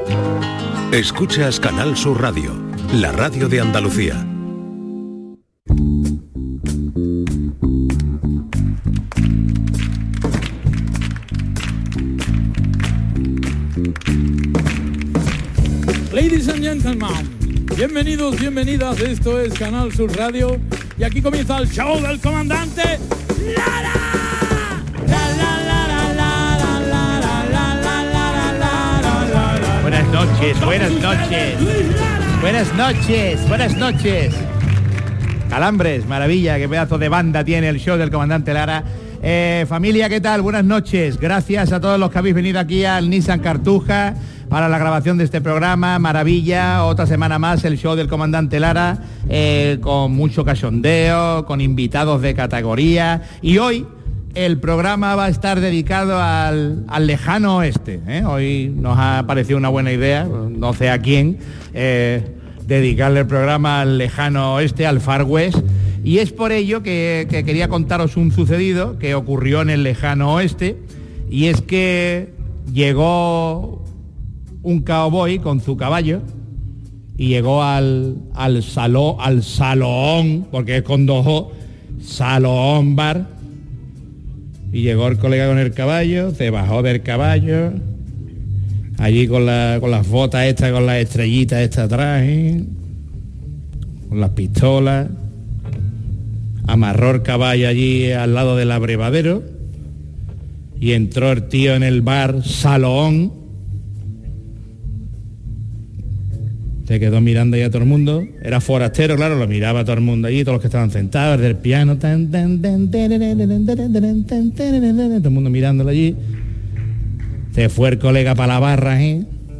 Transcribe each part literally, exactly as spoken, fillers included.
Escuchas Canal Sur Radio, la radio de Andalucía. Ladies and gentlemen, bienvenidos, bienvenidas, esto es Canal Sur Radio y aquí comienza el show del comandante Lara. Buenas noches, buenas noches, buenas noches, buenas noches. Calambres, maravilla, qué pedazo de banda tiene el show del comandante Lara. Eh, familia, ¿qué tal? Buenas noches. Gracias a todos los que habéis venido aquí al Nissan Cartuja para la grabación de este programa. Maravilla, otra semana más el show del comandante Lara, eh, con mucho cachondeo, con invitados de categoría. Y hoy el programa va a estar dedicado al, al lejano oeste, ¿eh? Hoy nos ha parecido una buena idea, no sé a quién, eh, dedicarle el programa al lejano oeste, al Far West. Y es por ello que, que quería contaros un sucedido que ocurrió en el lejano oeste, y es que llegó un cowboy con su caballo y llegó al, al, saló, al salón, porque es con dos O, salón bar, y llegó el colega con el caballo, se bajó del caballo, allí con, la, con las botas estas, con las estrellitas estas atrás, ¿eh? Con las pistolas, amarró el caballo allí al lado del abrevadero y entró el tío en el bar Salón. Se quedó mirando ahí a todo el mundo, era forastero, claro, lo miraba a todo el mundo allí, todos los que estaban sentados, el del piano, tan, tan, tan, tan, todo el mundo mirándolo allí. Se fue el colega para la barra, ¿eh?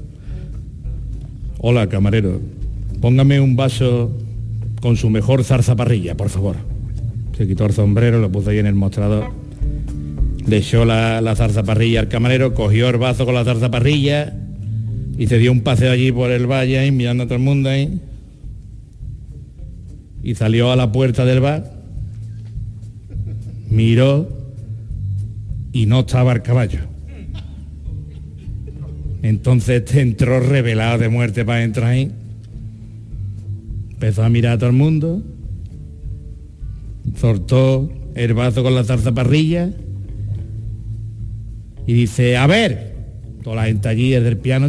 Hola, camarero, póngame un vaso con su mejor zarzaparrilla, por favor. Se quitó el sombrero, lo puso ahí en el mostrador, le echó la, la zarzaparrilla al camarero, cogió el vaso con la zarzaparrilla y se dio un paseo allí por el valle, ahí, mirando a todo el mundo ahí, y salió a la puerta del bar, miró y no estaba el caballo. Entonces este entró revelado de muerte para entrar ahí, empezó a mirar a todo el mundo, soltó el vaso con la zarzaparrilla y dice: a ver, toda la gente allí del piano,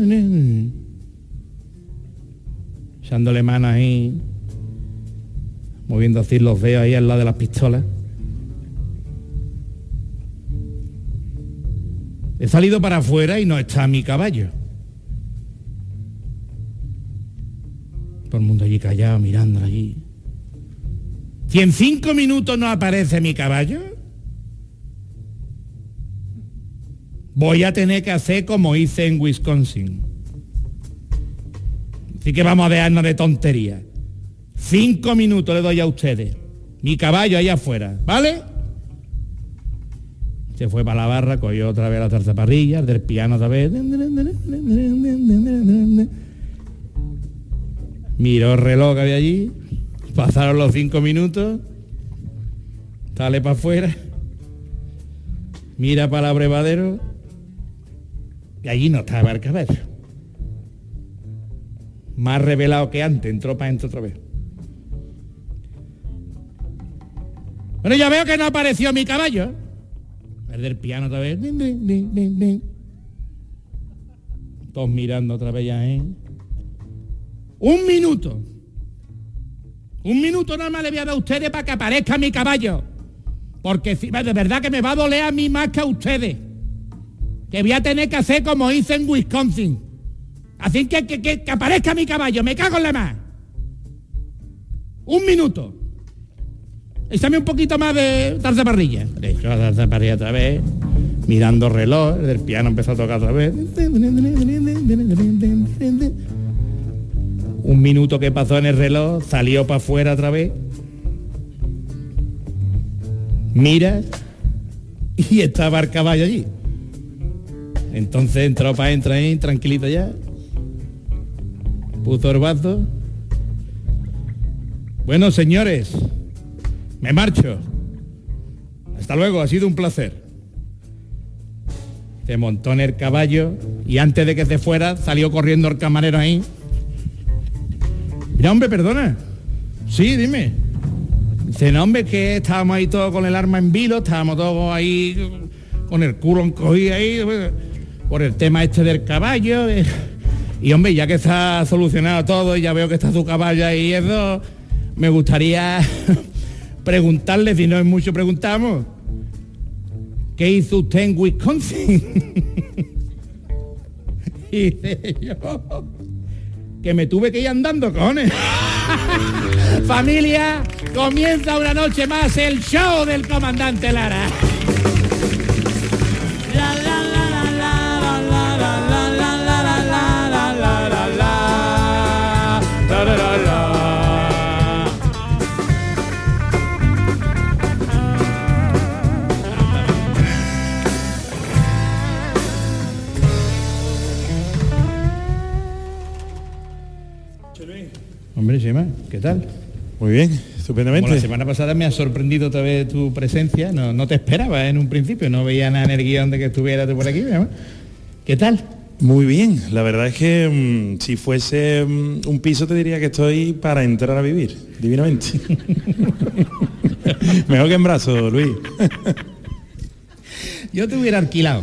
echándole manos ahí, moviendo así los dedos ahí al lado de las pistolas. He salido para afuera y no está mi caballo. Todo el mundo allí callado, mirándolo allí. Si en cinco minutos no aparece mi caballo, voy a tener que hacer como hice en Wisconsin. Así que vamos a dejarnos de tonterías. Cinco minutos le doy a ustedes. Mi caballo allá afuera, ¿vale? Se fue para la barra, cogió otra vez la zarzaparrilla, del piano otra vez. Miró el reloj que había allí. Pasaron los cinco minutos. Sale para afuera. Mira para el abrevadero. Y allí no estaba el caballo. Más revelado que antes, entró para adentro otra vez. Bueno, ya veo que no apareció mi caballo. El del piano otra vez. Todos mirando otra vez ya, ¿eh? Un minuto. Un minuto nada más le voy a dar a ustedes para que aparezca mi caballo. Porque de verdad que me va a doler a mí más que a ustedes. Que voy a tener que hacer como hice en Wisconsin. Así que que, que, que aparezca mi caballo. Me cago en la más. Un minuto. Échame un poquito más de zarzaparrilla. Le echó la zarzaparrilla otra vez. Mirando reloj. El del piano empezó a tocar otra vez. Un minuto que pasó en el reloj. Salió para afuera otra vez. Mira. Y estaba el caballo allí. Entonces entró para entrar ahí, tranquilito ya. Puso el vaso. Bueno, señores, me marcho. Hasta luego, ha sido un placer. Se montó en el caballo y antes de que se fuera salió corriendo el camarero ahí. Mira, hombre, perdona. Sí, dime. Dice, no, hombre, que estábamos ahí todos con el arma en vilo, estábamos todos ahí con el culo encogido ahí por el tema este del caballo. Y, hombre, ya que está solucionado todo y ya veo que está su caballo ahí y eso, me gustaría preguntarle, si no es mucho preguntamos, ¿qué hizo usted en Wisconsin? Y dice yo, que me tuve que ir andando, cojones. Familia, comienza una noche más el show del comandante Lara. La, la, la, la, la, la, la, la, la, la, la, la, la, la, la, la, la, la. Hombre, Chema, ¿qué tal? Muy bien, estupendamente. Como la semana pasada me ha sorprendido otra vez tu presencia, no, no te esperaba en un principio, no veía nada en el guión de que estuvieras por aquí, ¿no? ¿Qué tal? Muy bien, la verdad es que mmm, si fuese mmm, un piso te diría que estoy para entrar a vivir, divinamente. Mejor que en brazos, Luis. Yo te hubiera alquilado.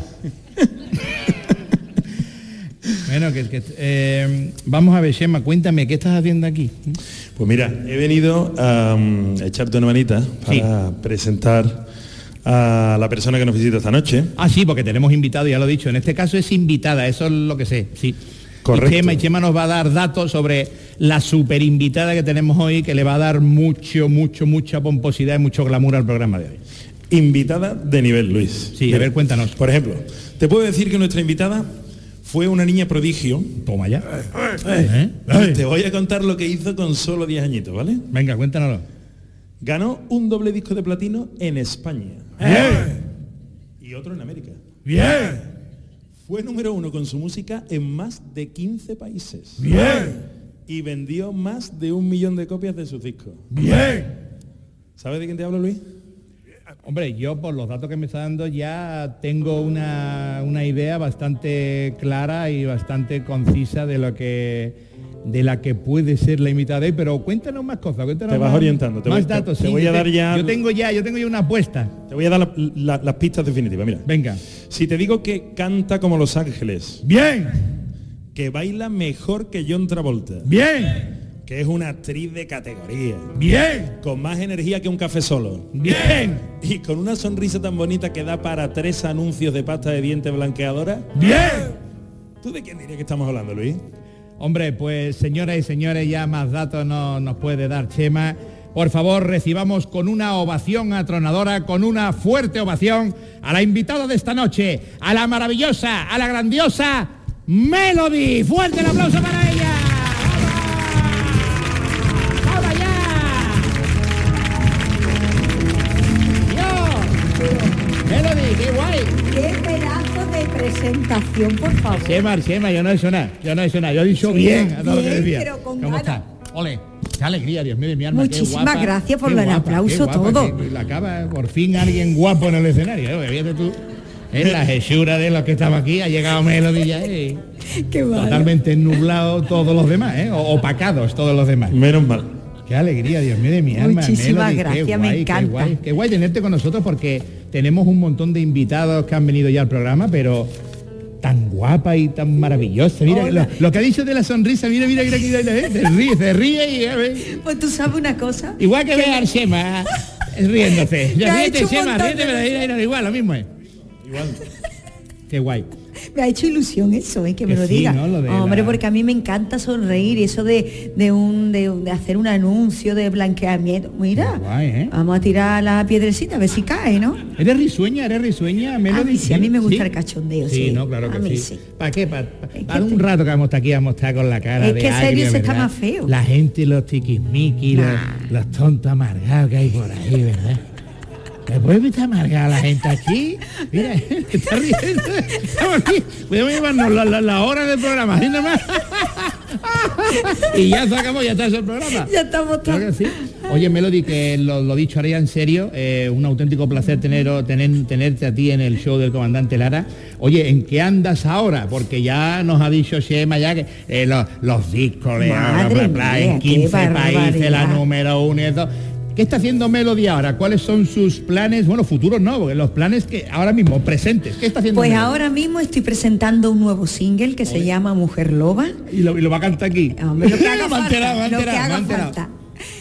Bueno, que, que eh, vamos a ver, Chema, cuéntame, ¿qué estás haciendo aquí? Pues mira, he venido a um, echarte una manita para sí. presentar a la persona que nos visita esta noche. Ah, sí, porque tenemos invitado, ya lo he dicho, en este caso es invitada, eso es lo que sé, sí. Correcto. Y Chema, y Chema nos va a dar datos sobre la super invitada que tenemos hoy, que le va a dar mucho, mucho, mucha pomposidad y mucho glamour al programa de hoy. Invitada de nivel, Luis. Sí, mira, a ver, cuéntanos. Por ejemplo, te puedo decir que nuestra invitada fue una niña prodigio. Toma ya. Eh, eh, te voy a contar lo que hizo con solo diez añitos, ¿vale? Venga, cuéntanoslo. Ganó un doble disco de platino en España. Bien. Y otro en América. Bien. Fue número uno con su música en más de quince países. Bien. Y vendió más de un millón de copias de sus discos. Bien. ¿Sabes de quién te hablo, Luis? Hombre, yo por los datos que me está dando ya tengo una, una idea bastante clara y bastante concisa de lo que de la que puede ser la invitada de hoy, pero cuéntanos más cosas, cuéntanos te vas más, orientando, te más voy, datos. Te, sí, te voy a dar ya. Yo tengo ya, yo tengo ya una apuesta. Te voy a dar la, la, las pistas definitivas, mira. Venga. Si te digo que canta como Los Ángeles. Bien. Que baila mejor que John Travolta. Bien. Que es una actriz de categoría. Bien. Con más energía que un café solo. Bien. Y con una sonrisa tan bonita que da para tres anuncios de pasta de dientes blanqueadora. Bien. ¿Tú de quién dirías que estamos hablando, Luis? Hombre, pues señoras y señores, ya más datos no nos puede dar Chema. Por favor, recibamos con una ovación atronadora, con una fuerte ovación, a la invitada de esta noche, a la maravillosa, a la grandiosa Melody. Fuerte el aplauso para ella. Melody, qué guay. Qué pedazo de presentación, por favor. Chema, Chema, yo no he hecho nada, yo no he hecho nada, yo he dicho sí, bien a todo lo que decía. Pero con ¿Cómo está? Ole, qué alegría, Dios mío de mi alma. Muchísimas qué guapa, gracias por qué el guapa, aplauso, qué guapa, todo. Que la acaba, por fin alguien guapo en el escenario. Fíjate tú, en la hechura de los que estamos aquí, ha llegado Melody ya, eh, qué bueno. Totalmente nublado todos los demás, ¿eh? O, opacados todos los demás. Menos mal. Qué alegría, Dios mío de mi alma. Muchísimas Melody, gracias, qué guay, me encanta. Qué guay, qué guay tenerte con nosotros porque tenemos un montón de invitados que han venido ya al programa, pero tan guapa y tan maravillosa. Mira, lo, lo que ha dicho de la sonrisa, mira, mira, mira, mira, mira, se ríe, se ríe y a ver. Pues tú sabes una cosa. Igual que, que ve a Chema riéndose. Ya ríete, Chema, ríete, pero igual, lo mismo es. Igual. Qué guay. Me ha hecho ilusión eso, ¿eh? que, que me lo sí, diga. ¿no? Lo Hombre, la... porque a mí me encanta sonreír y eso de, de, un, de, de hacer un anuncio de blanqueamiento. Mira, guay, ¿eh? Vamos a tirar la piedrecita a ver si cae, ¿no? ¿Eres risueña? ¿Eres risueña? Melody? A mí sí, a mí me gusta ¿Sí? el cachondeo, sí. sí. no, claro que a mí sí. sí. ¿Para qué? Para pa, pa, que un te... rato que vamos a estar aquí, vamos a estar con la cara es de que agrio, serio se está ¿verdad? más feo. La gente, los tiquismiquis, nah. los, los tontos amargados que hay por ahí, ¿verdad? ¿Después me está amargada la gente aquí? Mira, está riendo. Estamos aquí. Podemos llevarnos la, la, la hora del programa. ¿Sí, nada más? Y ya sacamos, ya está el programa. Ya estamos todos. Claro que sí. Oye, Melody, que lo, lo dicho ahora ya en serio, eh, un auténtico placer tener, tener, tenerte a ti en el show del comandante Lara. Oye, ¿en qué andas ahora? Porque ya nos ha dicho Xema ya que eh, los, los discos, Madre bla, bla, bla, mía, en quince qué países, la barbaridad. número uno y eso. ¿Qué está haciendo Melody ahora? ¿Cuáles son sus planes? Bueno, futuros no, porque los planes que ahora mismo, presentes. ¿Qué está haciendo Pues Melody? ahora mismo estoy presentando un nuevo single que se llama Mujer Loba. Y lo, y lo va a cantar aquí. Hombre, lo que haga Me ha enterado, me ha falta, lo que enterado, me ha haga enterado. falta.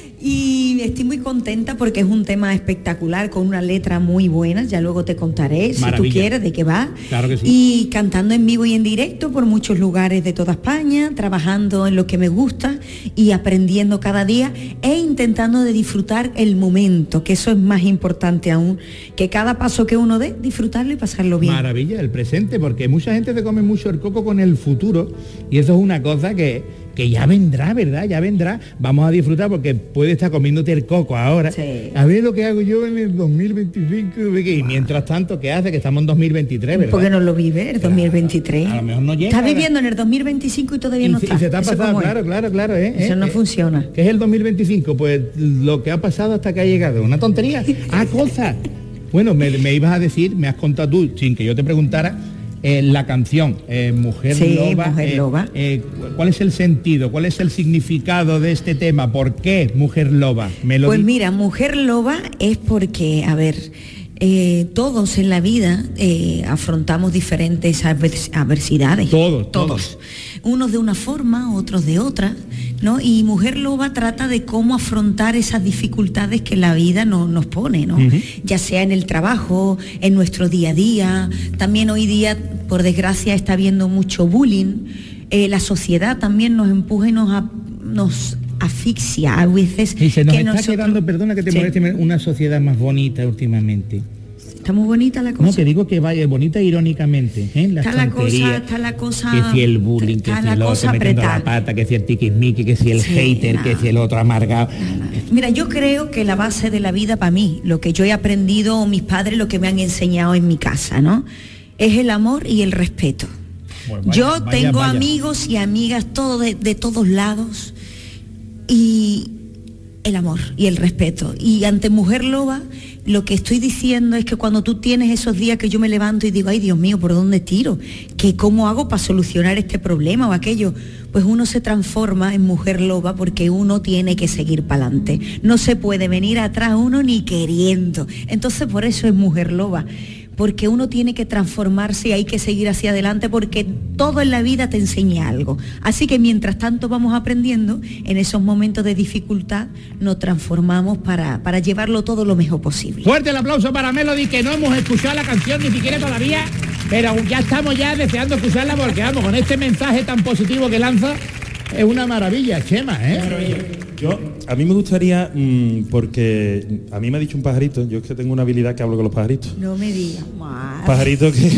Y estoy muy contenta porque es un tema espectacular, con una letra muy buena, ya luego te contaré, si Maravilla. tú quieres, de qué va. Claro que sí. Y cantando en vivo y en directo por muchos lugares de toda España, trabajando en lo que me gusta y aprendiendo cada día e intentando de disfrutar el momento, que eso es más importante aún, que cada paso que uno dé, disfrutarlo y pasarlo bien. Maravilla, el presente, porque mucha gente se come mucho el coco con el futuro y eso es una cosa que, que ya vendrá, ¿verdad? Ya vendrá. Vamos a disfrutar porque puede estar comiéndote el coco ahora. Sí. A ver lo que hago yo en el dos mil veinticinco. Y mientras tanto, ¿qué hace? Que estamos en dos mil veintitrés, ¿verdad? Porque no lo vive el dos mil veintitrés. A lo mejor no llega. Estás ¿verdad? viviendo en el dos mil veinticinco y todavía Y, no se- está. y se te ha ¿Eso pasado, cómo es? claro, claro, claro, ¿eh? Eso ¿eh? no Eh, funciona. ¿Qué es el dos mil veinticinco? Pues lo que ha pasado hasta que ha llegado. ¿Una tontería? Ah, cosas. Bueno, me, me ibas a decir, me has contado tú, sin que yo te preguntara, eh, la canción, eh, Mujer Sí, Loba. Mujer eh, Loba. eh, ¿Cuál es el sentido? ¿Cuál es el significado de este tema? ¿Por qué Mujer Loba? ¿Me lo Pues di- mira, Mujer Loba es porque, a ver, eh, todos en la vida eh, afrontamos diferentes advers- adversidades. Todos, todos. Unos de una forma, otros de otra, ¿no? Y Mujer Loba trata de cómo afrontar esas dificultades que la vida no- nos pone, ¿no? Ujú. Ya sea en el trabajo, en nuestro día a día. También hoy día, por desgracia, está habiendo mucho bullying. Eh, la sociedad también nos empuja y nos, a- nos asfixia a veces. Y se nos que está nosotros- quedando, perdona que te Sí. moleste, una sociedad más bonita últimamente. Está muy bonita la cosa. No, que digo que vaya bonita irónicamente, ¿eh? Las Está la cosa, tonterías, está la cosa- que si el bullying, que está si la el otro cosa metiendo la apretada. pata, que si el tiquismiqui, que si el Sí, hater, no. que si el otro amargado. Mira, yo creo que la base de la vida para mí, lo que yo he aprendido, o mis padres, lo que me han enseñado en mi casa, ¿no? Es el amor y el respeto. Bueno, vaya, yo vaya, tengo vaya. amigos y amigas todo de, de todos lados y el amor y el respeto. Y ante Mujer Loba, lo que estoy diciendo es que cuando tú tienes esos días que yo me levanto y digo, ay Dios mío, ¿por dónde tiro? ¿Qué, ¿Cómo hago para solucionar este problema o aquello? Pues uno se transforma en Mujer Loba porque uno tiene que seguir para adelante. No se puede venir atrás uno ni queriendo. Entonces por eso es Mujer Loba. Porque uno tiene que transformarse y hay que seguir hacia adelante porque todo en la vida te enseña algo. Así que mientras tanto vamos aprendiendo, en esos momentos de dificultad nos transformamos para, para llevarlo todo lo mejor posible. Fuerte el aplauso para Melody, que no hemos escuchado la canción ni siquiera todavía, pero ya estamos ya deseando escucharla porque vamos, con este mensaje tan positivo que lanza, es una maravilla, Chema, ¿eh? Yo, a mí me gustaría, mmm, porque a mí me ha dicho un pajarito, yo es que tengo una habilidad que hablo con los pajaritos. No me digas más. Pajarito que...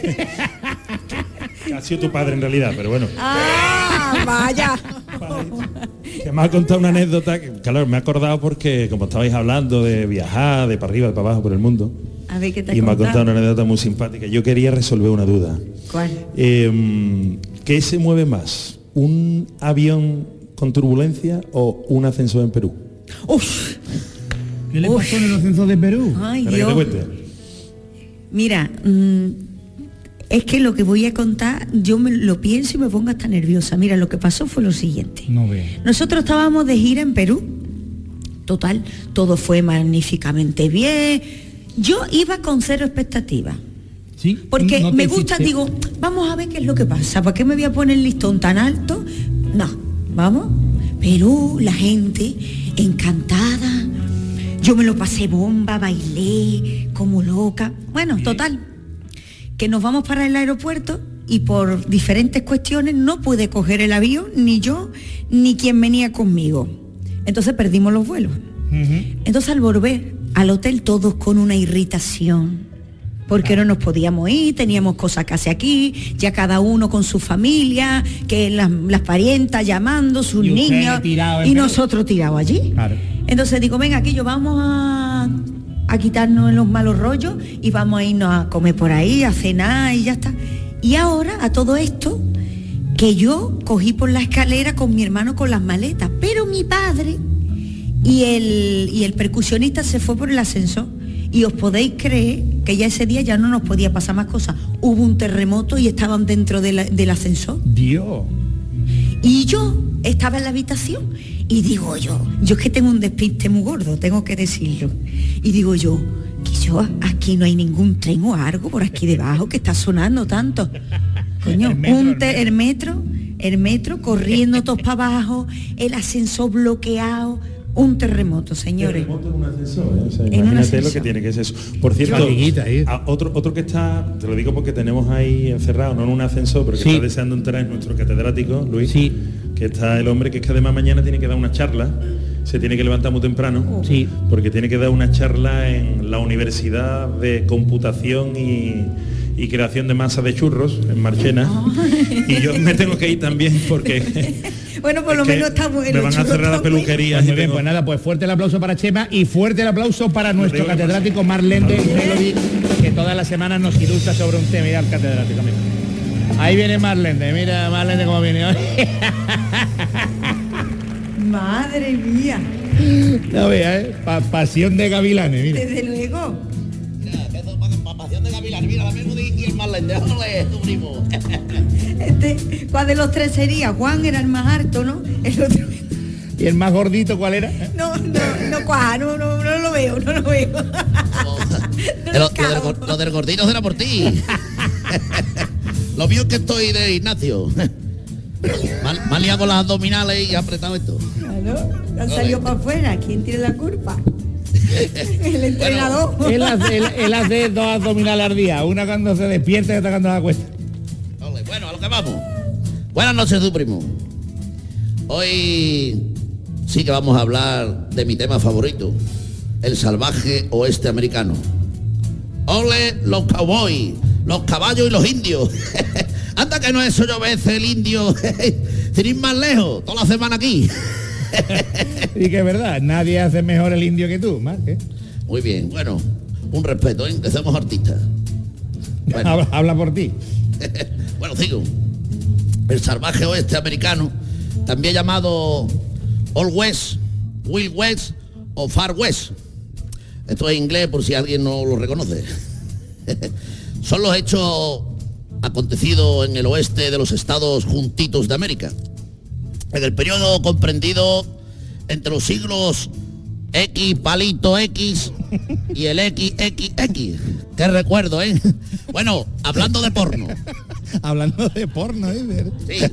que ha sido tu padre en realidad, pero bueno. ¡Ah, vaya! Que me ha contado una anécdota que, claro, me ha acordado porque como estabais hablando de viajar, de para arriba, de para abajo por el mundo, A ver, ¿qué te y me ha contado contado? una anécdota muy simpática. Yo quería resolver una duda. ¿Cuál? Eh, ¿Qué se mueve más? ¿Un avión con turbulencia o un ascensor en Perú? ¡Uf! ¿Qué le Uf. pasó en el ascenso de Perú? Ay, ¿Para que te Dios. cuente? Mira, mm, es que lo que voy a contar, yo me lo pienso y me pongo hasta nerviosa. Mira, lo que pasó fue lo siguiente. No ve. Nosotros estábamos de gira en Perú. Total, todo fue magníficamente bien. Yo iba con cero expectativas. ¿Sí? Porque ¿No te me gusta, hiciste? digo, vamos a ver qué es lo que pasa. ¿Para qué me voy a poner el listón tan alto? No, vamos. Perú, la gente encantada. Yo me lo pasé bomba, bailé como loca. Bueno, total, que nos vamos para el aeropuerto y por diferentes cuestiones no pude coger el avión, ni yo, ni quien venía conmigo. Entonces perdimos los vuelos. Ujú. Entonces al volver al hotel todos con una irritación, porque no nos podíamos ir, teníamos cosas casi aquí, ya cada uno con su familia, que las, las parientas llamando, sus Y ustedes niños, tirados en y Perú. nosotros tirados allí. Claro. Entonces digo, venga, aquí yo vamos a, a quitarnos los malos rollos y vamos a irnos a comer por ahí, a cenar y ya está. Y ahora, a todo esto, que yo cogí por la escalera con mi hermano con las maletas, pero mi padre y el, y el percusionista se fue por el ascensor. Y os podéis creer que ya ese día ya no nos podía pasar más cosas. Hubo un terremoto y estaban dentro de la, del ascensor. Dios. Y yo estaba en la habitación y digo yo, yo es que tengo un despiste muy gordo, tengo que decirlo. Y digo yo, que yo aquí no hay ningún tren o algo por aquí debajo que está sonando tanto. Coño, El metro, un te- el el metro, el metro corriendo todos para abajo, el ascensor bloqueado, un terremoto, señores. Terremoto en un ascensor, ¿eh? O sea, En un imagínate ascensor. lo que tiene que ser eso. Por cierto, Fatiguita ahí. a- otro, otro que está, te lo digo porque tenemos ahí encerrado, no en un ascensor, pero que Sí. está deseando entrar, es nuestro catedrático, Luis. Sí. Que está el hombre que es que además mañana tiene que dar una charla, se tiene que levantar muy temprano, Sí. porque tiene que dar una charla en la Universidad de Computación y, y Creación de Masa de Churros, en Marchena. Y yo me tengo que ir también porque... Bueno, por es lo que menos estamos en me los van a cerrar la churros también. peluquería. Pues y muy bien, tengo- pues nada, pues fuerte el aplauso para Chema y fuerte el aplauso para nuestro digo que catedrático Marlene Melody, que todas las semanas nos ilustra sobre un tema. Mira el catedrático, mira. Ahí viene Marlene, mira Marlene cómo viene hoy. Madre mía, No vea, ¿eh? Pa- pasión de gavilanes, mira. desde luego. Mira, que eso pa- pasión de Gavilán, mira, la Melody y el Marlene, déjale tu primo. Este, ¿cuál de los tres sería? Juan era el más alto, ¿no? El otro. ¿Y el más gordito cuál era? No, no, no, cuá, no, no, no lo veo, no lo veo. No lo, lo lo del, cago. gor- lo del gordito será por ti. Lo mío es que estoy de Ignacio. Mal, mal liado con las abdominales y he apretado esto. Claro, han salido para afuera. ¿Quién tiene la culpa? El entrenador. Él hace, él, él hace dos abdominales al día, una cuando se despierta y otra cuando la cuesta. Ole, bueno, a lo que vamos. Buenas noches, tu primo. Hoy sí que vamos a hablar de mi tema favorito, el salvaje oeste americano. Ole los cowboys, los caballos y los indios. Anda que no es eso yo veces el indio, sin ir más lejos, toda la semana aquí. Y que es verdad, nadie hace mejor el indio que tú, más que. Muy bien, bueno, un respeto, ¿eh? Que somos artistas. Bueno. Habla, habla por ti. Bueno, sigo. El salvaje oeste americano, también llamado Old West, Wild West o Far West. Esto es inglés por si alguien no lo reconoce. Son los hechos acontecidos en el oeste de los estados juntitos de América. En el periodo comprendido entre los siglos X, palito X y el X X X. Qué recuerdo, ¿eh? Bueno, hablando de porno. Hablando de porno, ¿eh? Sí.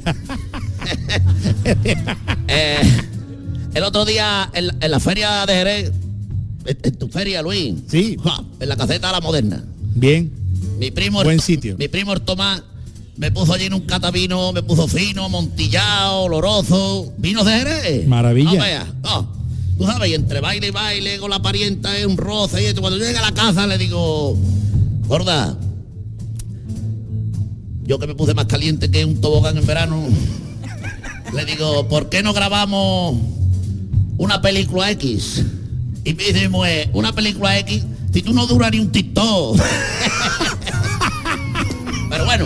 Eh, el otro día en, la- en la feria de Jerez, en, en tu feria, Luis. Sí. Ja, en la caseta de la Moderna. Bien. Mi primo, el- Buen sitio. Mi primo el Tomás me puso allí en un catavino, me puso fino, montillado, oloroso, vinos de Jerez. Maravilla. No veas. No. Tú sabes, y entre baile y baile, con la parienta, es un roce y esto. Cuando llega a la casa le digo, gorda, yo que me puse más caliente que un tobogán en verano, le digo, ¿por qué no grabamos una película X? Y me dice, pues, una película X, si tú no duras ni un TikTok. Pero bueno,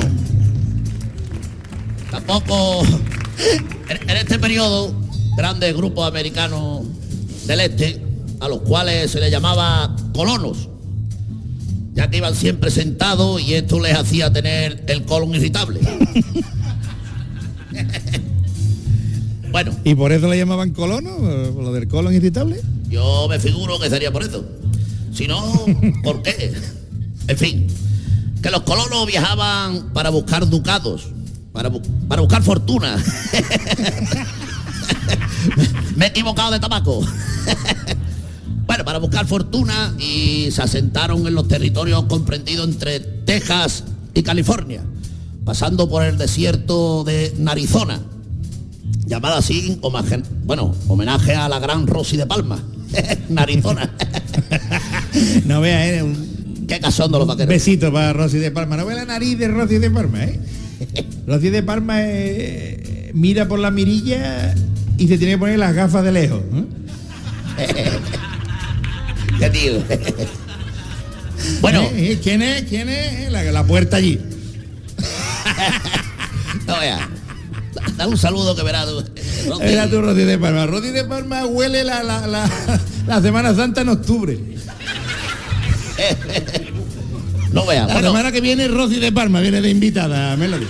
tampoco en, en este periodo grandes grupos americanos del este, a los cuales se les llamaba colonos, ya que iban siempre sentados y esto les hacía tener el colon irritable. Bueno, ¿Y por eso le llamaban colono? ¿Por lo del colon irritable? yo me figuro que sería por eso. Si no, ¿por qué? En fin, que los colonos viajaban para buscar ducados, para, bu- para buscar fortuna. me, me he equivocado de tabaco. Bueno, para buscar fortuna y se asentaron en los territorios comprendidos entre Texas y California, pasando por el desierto de Arizona, llamada así, homaje- bueno, homenaje a la gran Rosy de Palma. Arizona. No vea, ¿eh? Un Qué casondo los vaqueros. besito para Rosy de Palma. No vea la nariz de Rosy de Palma, ¿eh? Rosy de Palma eh, mira por la mirilla y se tiene que poner las gafas de lejos, ¿eh? Qué tío. Bueno, ¿Eh? ¿Eh? ¿Quién es? ¿Quién es? La, la puerta allí. no vea. Dale un saludo que verás. Rosy. Era tu Rosy de Palma. Rosy de Palma huele la, la, la, la Semana Santa en octubre. No veas. La Bueno, semana que viene Rosy de Palma viene de invitada, Melody.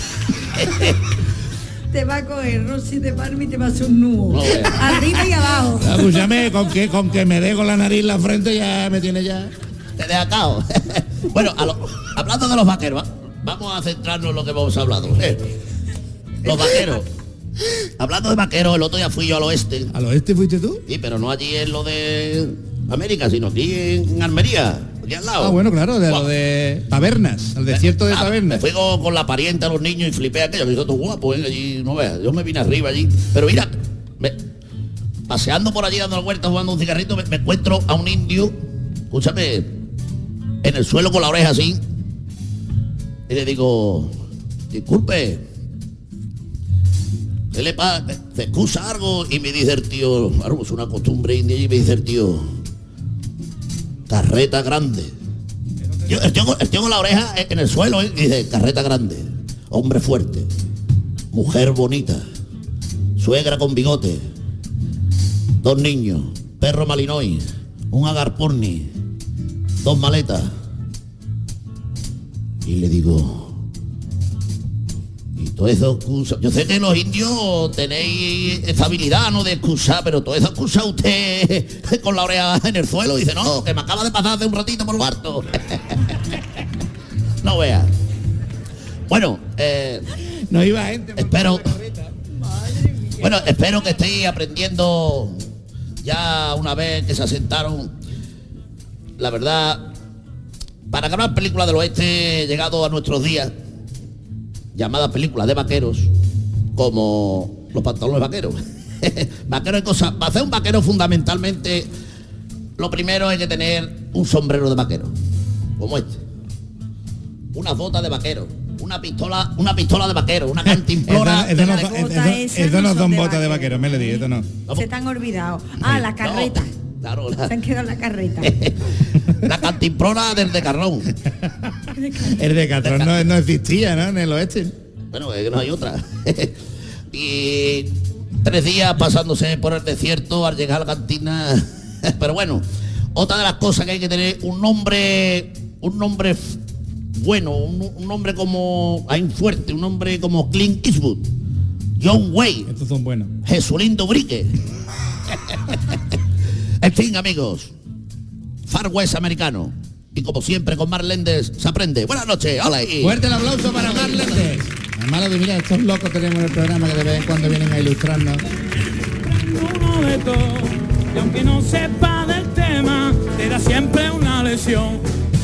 Te va a coger Rosy de Palma y te va a hacer un nudo. No veas. Arriba y abajo. Escúchame, con que, con que me dé con la nariz en la frente ya me tiene ya. te deja cao. Bueno, a lo- hablando de los vaqueros, ¿va? Vamos a centrarnos en lo que hemos hablado. Eh, Los vaqueros. Hablando de vaqueros, el otro día fui yo al oeste. ¿Al oeste fuiste tú? Sí, pero no allí en lo de América, sino aquí en Almería, aquí al lado. Ah, bueno, claro, de Guau. lo de Tabernas, al desierto de Ah, Tabernas. Me fui con, con la parienta, los niños y flipé aquello, que hizo todo guapo, ¿eh? Allí, no veas, yo me vine arriba allí. Pero mira, me- paseando por allí dando la vuelta, jugando un cigarrito, me, me encuentro a un indio, escúchame, en el suelo con la oreja así. Y le digo, disculpe, ¿qué le pasa? ¿Se excusa algo? Y me dice el tío, claro, es una costumbre india, y me dice el tío, carreta grande. Yo, el, tío, el tío con la oreja en el suelo, ¿eh? Y dice, carreta grande, hombre fuerte, mujer bonita, suegra con bigote, dos niños, perro malinois, un agarporni, dos maletas. Y le digo, y todo eso excusa. Yo sé que los indios tenéis esa habilidad, ¿no?, de excusar, pero todo eso excusa usted con la oreja en el suelo. Y dice, no, que me acaba de pasar hace un ratito por lo harto. No veas. Bueno, eh, No iba gente. por espero, la carreta. bueno, espero que estéis aprendiendo ya una vez que se asentaron. La verdad, para grabar películas del oeste, llegado a nuestros días, llamadas películas de vaqueros, como los pantalones vaqueros. Vaquero es cosa. Para hacer un vaquero, fundamentalmente, lo primero hay que tener un sombrero de vaquero, como este, unas botas de vaquero, una pistola, una pistola de vaquero, una cantimplora. Esto no- de- esto no- botas esto- esas esto no no son son de botas de vaquero. vaquero, Melody, esto no. Se te han olvidado. Ah, la carreta. No, claro, la, Se han quedado en la carreta. la cantimplora del de Carrón. El de Catrón no, no existía, ¿no? En el oeste. Bueno, es que no hay otra. Y tres días pasándose por el desierto al llegar a la cantina. Pero bueno, otra de las cosas que hay que tener, un nombre, un nombre f- bueno, un, un nombre como Ain Fuerte, un nombre como Clint Eastwood, John Wayne, Estos son buenos. Jesulín Dubrique. En fin, amigos, Far West americano. Y como siempre con Mark Lendes se aprende. Buenas noches, hola. y- Fuerte el aplauso para Marlene. Melody, mira, estos locos tenemos en el programa que de vez en cuando vienen a ilustrarnos. Uno de todo, y aunque no sepa del tema, te da siempre una lección.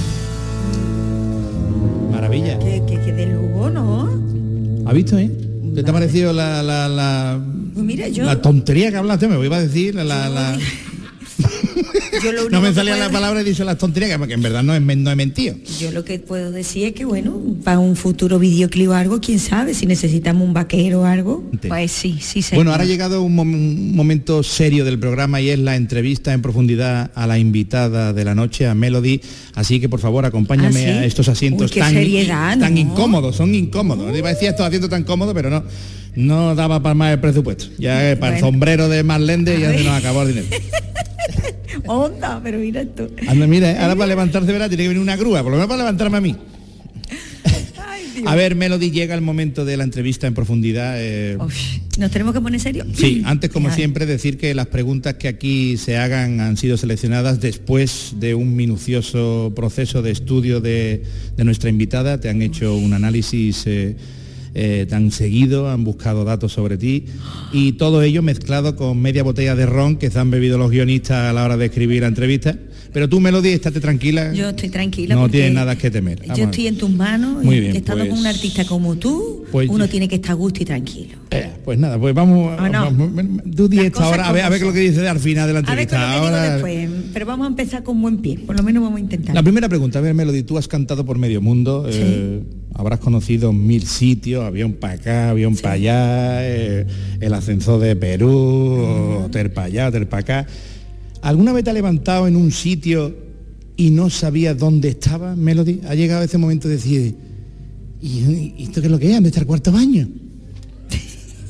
Maravilla. Que, que, que de lujo, ¿no? ¿Has visto, eh? ¿Qué te ha parecido la, la, la, Pues mira, yo, la tontería que hablaste? Me iba a decir la... la, la- yo lo único No me que salía puedo- la palabra y he dicho las tonterías, que en verdad no, es, no he mentido. Yo lo que puedo decir es que, bueno, para un futuro videoclip o algo, quién sabe, si necesitamos un vaquero o algo, Sí. pues sí, sí señor. Bueno, ahora ha llegado un, mom- un momento serio del programa y es la entrevista en profundidad a la invitada de la noche, a Melody. Así que por favor acompáñame ¿Ah, sí? a estos asientos Uy, qué tan, seriedad, tan ¿no? incómodos, son incómodos. Iba a decir esto haciendo tan cómodo, pero no, no daba para más el presupuesto. Ya eh, para el Bueno. sombrero de Marlende ya se nos acabó el dinero. Onda, pero mira esto. Anda, mira, ahora para levantarse, verá, tiene que venir una grúa, por lo menos para levantarme a mí. Ay, Dios. A ver, Melody, llega el momento de la entrevista en profundidad. eh, Uf, ¿nos tenemos que poner serio? Sí, antes como Ay, siempre decir que las preguntas que aquí se hagan han sido seleccionadas después de un minucioso proceso de estudio de, de nuestra invitada. Te han hecho un análisis eh, eh, tan seguido, han buscado datos sobre ti y todo ello mezclado con media botella de ron que se han bebido los guionistas a la hora de escribir la entrevista. Pero tú, Melody, estate tranquila. Yo estoy tranquila. No porque tienes nada que temer. Vamos Yo a ver. estoy en tus manos. Muy y bien, estando pues- con un artista como tú, pues- uno tiene que estar a gusto y tranquilo. Eh, pues nada, pues vamos, ¿O no? vamos- tú di Las esta cosas ahora, a ver, a ver qué es como lo que dice al final de la A ver con entrevista. lo que digo Ahora- después, pero vamos a empezar con buen pie, por lo menos vamos a intentar. La primera pregunta, a ver, Melody, tú has cantado por medio mundo, Sí. eh, habrás conocido mil sitios, avión para acá, avión para allá, eh, el ascensor de Perú, hotel para allá, hotel para acá. ¿Alguna vez te has levantado en un sitio y no sabías dónde estaba, Melody? ¿Ha llegado ese momento de decir, ¿y, y esto qué es lo que es? ¿Dónde está el cuarto baño?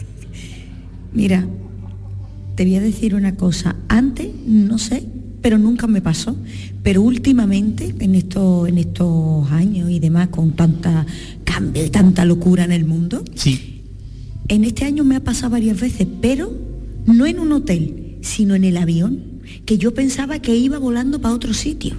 Mira, te voy a decir una cosa. Antes, no sé, pero nunca me pasó. Pero últimamente, en estos, en estos años y demás, con tanta cambio y tanta locura en el mundo, Sí. en este año me ha pasado varias veces, pero no en un hotel, sino en el avión, que yo pensaba que iba volando para otro sitio.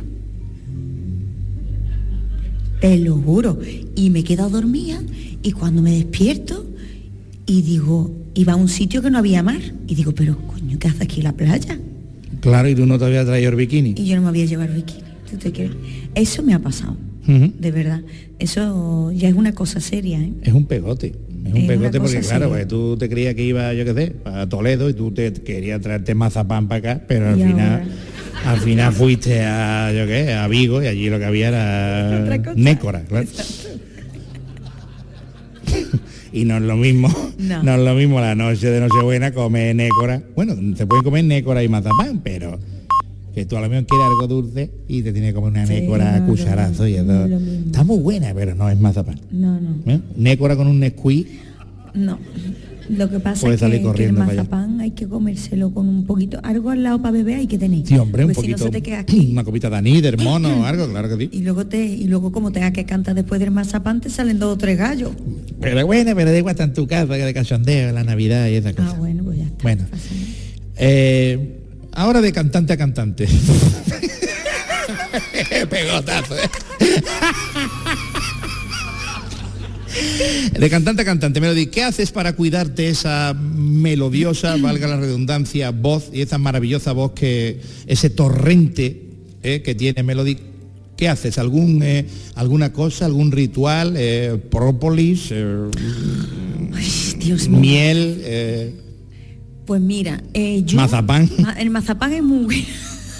Te lo juro. Y me he quedado dormida y cuando me despierto y digo, iba a un sitio que no había mar. Y digo, pero coño, ¿qué hace aquí en la playa? Claro, y tú no te habías traído el bikini. Y yo no me había llevado bikini. ¿Tú te crees? Eso me ha pasado, Uh-huh. de verdad. Eso ya es una cosa seria, ¿eh? Es un pegote. Es un Es pegote una porque, cosa claro, seria. porque tú te creías que iba, yo qué sé, a Toledo y tú te querías traerte mazapán para acá, pero al Y final, ahora. al final fuiste a, yo qué, a Vigo y allí lo que había era Otra cosa. nécora, claro. Y no es lo mismo, no. No. es lo mismo la noche de Nochebuena comer nécora. Bueno, se puede comer nécora y mazapán, pero que tú a lo mejor quieres algo dulce y te tienes que comer una Sí, nécora a no, cucharazo y no, eso. no es lo mismo. Está muy buena, pero no es mazapán. No, no, ¿Eh? Nécora con un Nesquik. no. Lo que pasa Puede es que, salir que el corriendo para allá. mazapán hay que comérselo con un poquito, algo al lado para beber hay que tener. Sí, hombre, un Porque si poquito. no se te queda aquí. Una copita de anís, de hermono o algo, claro que sí. Y luego te, y luego como tengas que cantar después del mazapán te salen dos o tres gallos. Pero bueno, pero da igual, está en tu casa, que de cachondeo, la Navidad y esas cosas. Ah, bueno, pues ya está. Bueno. no pasa nada. Eh, ahora de cantante a cantante. Pegotazo, ¿eh? De cantante a cantante, Melody, ¿qué haces para cuidarte esa melodiosa, valga la redundancia, voz y esa maravillosa voz que, ese torrente eh, que tiene Melody? ¿Qué haces? ¿Algún, eh, ¿Alguna cosa, algún ritual? Eh, ¿Própolis? Eh, Ay, Dios mío. ¿Miel? Eh, Pues mira, eh, yo... ¿Mazapán? Ma- El mazapán es muy bueno.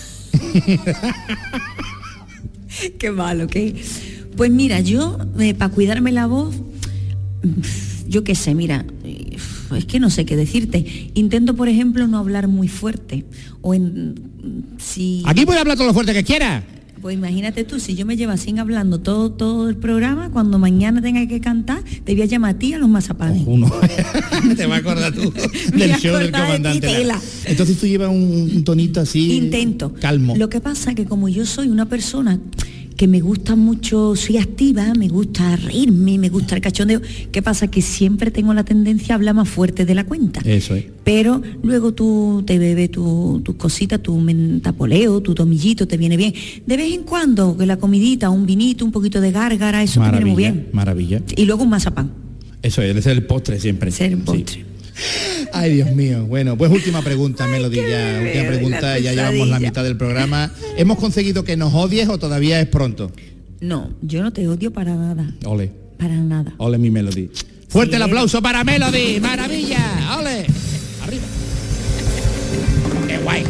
Qué malo, ¿qué? Pues mira, yo, eh, para cuidarme la voz, yo qué sé, mira, eh, es que no sé qué decirte. Intento, por ejemplo, no hablar muy fuerte. O en... Si... Aquí puede hablar todo lo fuerte que quiera. Pues imagínate tú, si yo me llevo así hablando todo, todo el programa, cuando mañana tenga que cantar, te voy a llamar a ti a los mazapanes. Uno. Te vas a acordar tú Me del voy a show del acordar de ti, comandante Lara. tela. Entonces tú llevas un, un tonito así Intento. calmo. Lo que pasa es que como yo soy una persona que me gusta mucho, soy activa, me gusta reírme, me gusta el cachondeo, ¿qué pasa? Que siempre tengo la tendencia a hablar más fuerte de la cuenta. Eso es. Pero luego tú te bebes tu- tus cositas, tu mentapoleo, tu tomillito, te viene bien. De vez en cuando, que la comidita, un vinito, un poquito de gárgara, eso te viene muy bien. Maravilla. Y luego un mazapán. Eso es, ese es el postre siempre. Ese es el Sí. postre. Ay, Dios mío. Bueno, pues última pregunta, Melody, ya. Última pregunta, ya llevamos la mitad del programa. ¿Hemos conseguido que nos odies o todavía es pronto? No, yo no te odio para nada. Ole, Para nada. ole mi Melody. Fuerte Sí. el aplauso para Melody, maravilla, ole. Arriba. Qué guay.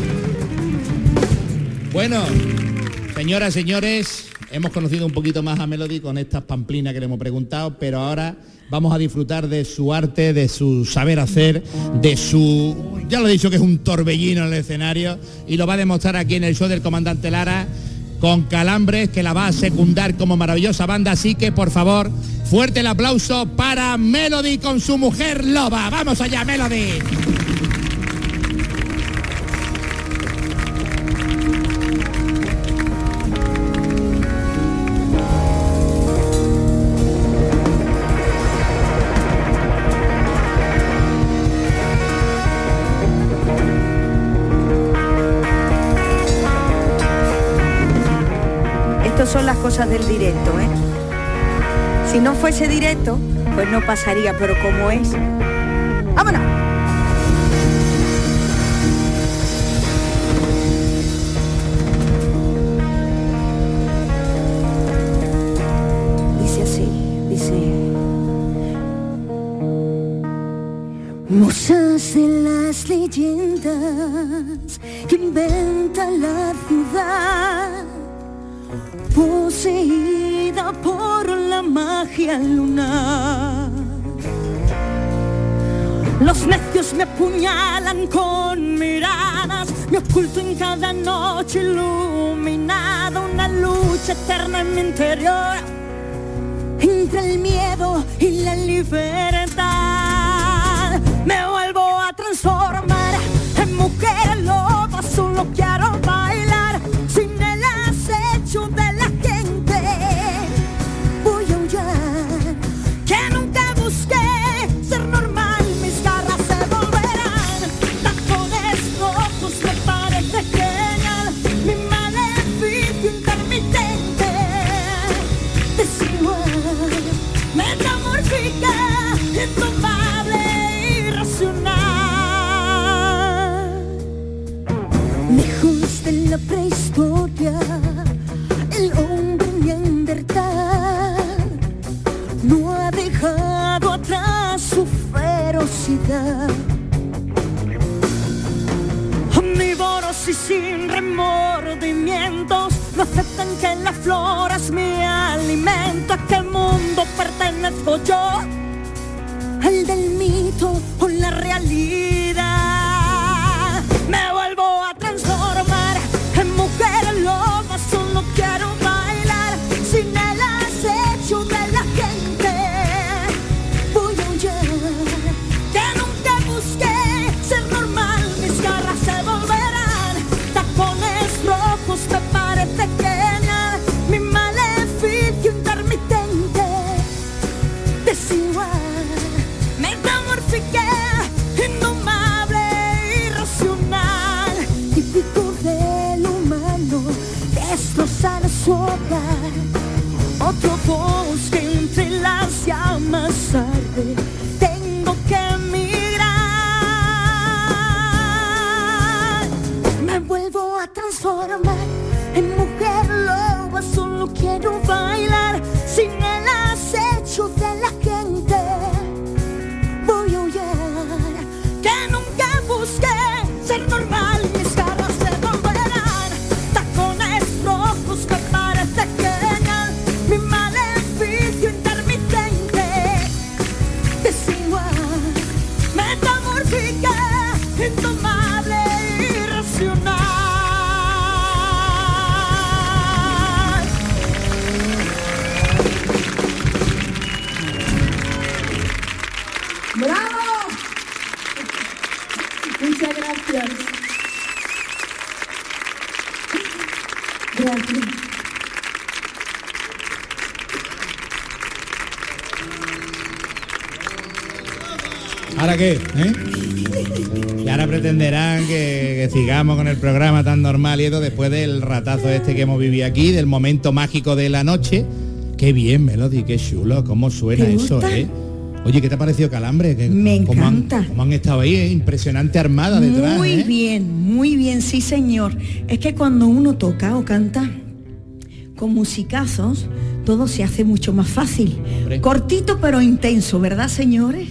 Bueno, señoras, señores, hemos conocido un poquito más a Melody con estas pamplinas que le hemos preguntado, pero ahora vamos a disfrutar de su arte, de su saber hacer, de su... Ya lo he dicho que es un torbellino en el escenario y lo va a demostrar aquí en el show del comandante Lara con Calambres, que la va a secundar como maravillosa banda, así que por favor, fuerte el aplauso para Melody con su mujer loba. ¡Vamos allá, Melody! Estas son las cosas del directo, ¿eh? Si no fuese directo, pues no pasaría, pero como es... ¡Vámonos! Dice así, dice... Musas de las leyendas que inventa la ciudad, poseída por la magia lunar. Los necios me apuñalan con miradas, me oculto en cada noche iluminada, una lucha eterna en mi interior, entre el miedo y la libertad. Me vuelvo a transformar velocidad. Omnívoros y sin remordimientos no aceptan que la flora es mi alimento. ¿A qué mundo pertenezco yo? ¿Al del mito o la realidad? Me vuelvo a transformar en mujer loba, solo quiero bailar sin el acecho de la gente. Voy a huyar, que nunca busqué ser normal, mis garras se volverán tacones rojos, me parece genial, mi maleficio intermitente, desigual, metamorfiqué, indomable, irracional, típico del humano, destrozar su hogar, otro bosque entre las llamas arde, tengo que emigrar, me vuelvo a transformar en mujer loba, solo quiero bailar sin el acecho de la gente. Voy a huyar, que nunca busqué ser normal, mis garras se volverán tacones rojos, me parece genial, mi maleficio intermitente, desigual, metamórfica, indomable, irracional. ¡Bravo! Muchas gracias. Gracias. ¿Ahora qué? ¿Eh? Y ahora pretenderán que, que sigamos con el programa tan normal y eso después del ratazo este que hemos vivido aquí, del momento mágico de la noche. Qué bien, Melody, qué chulo, cómo suena ¿Te eso, gusta? ¿eh? Oye, ¿qué te ha parecido Calambre? Que, Me ¿cómo han- encanta. ¿Cómo han estado ahí? ¿eh? Impresionante armada detrás. Muy ¿eh? bien, muy bien, sí señor. Es que cuando uno toca o canta con musicazos, todo se hace mucho más fácil. Hombre. Cortito pero intenso, ¿verdad, señores?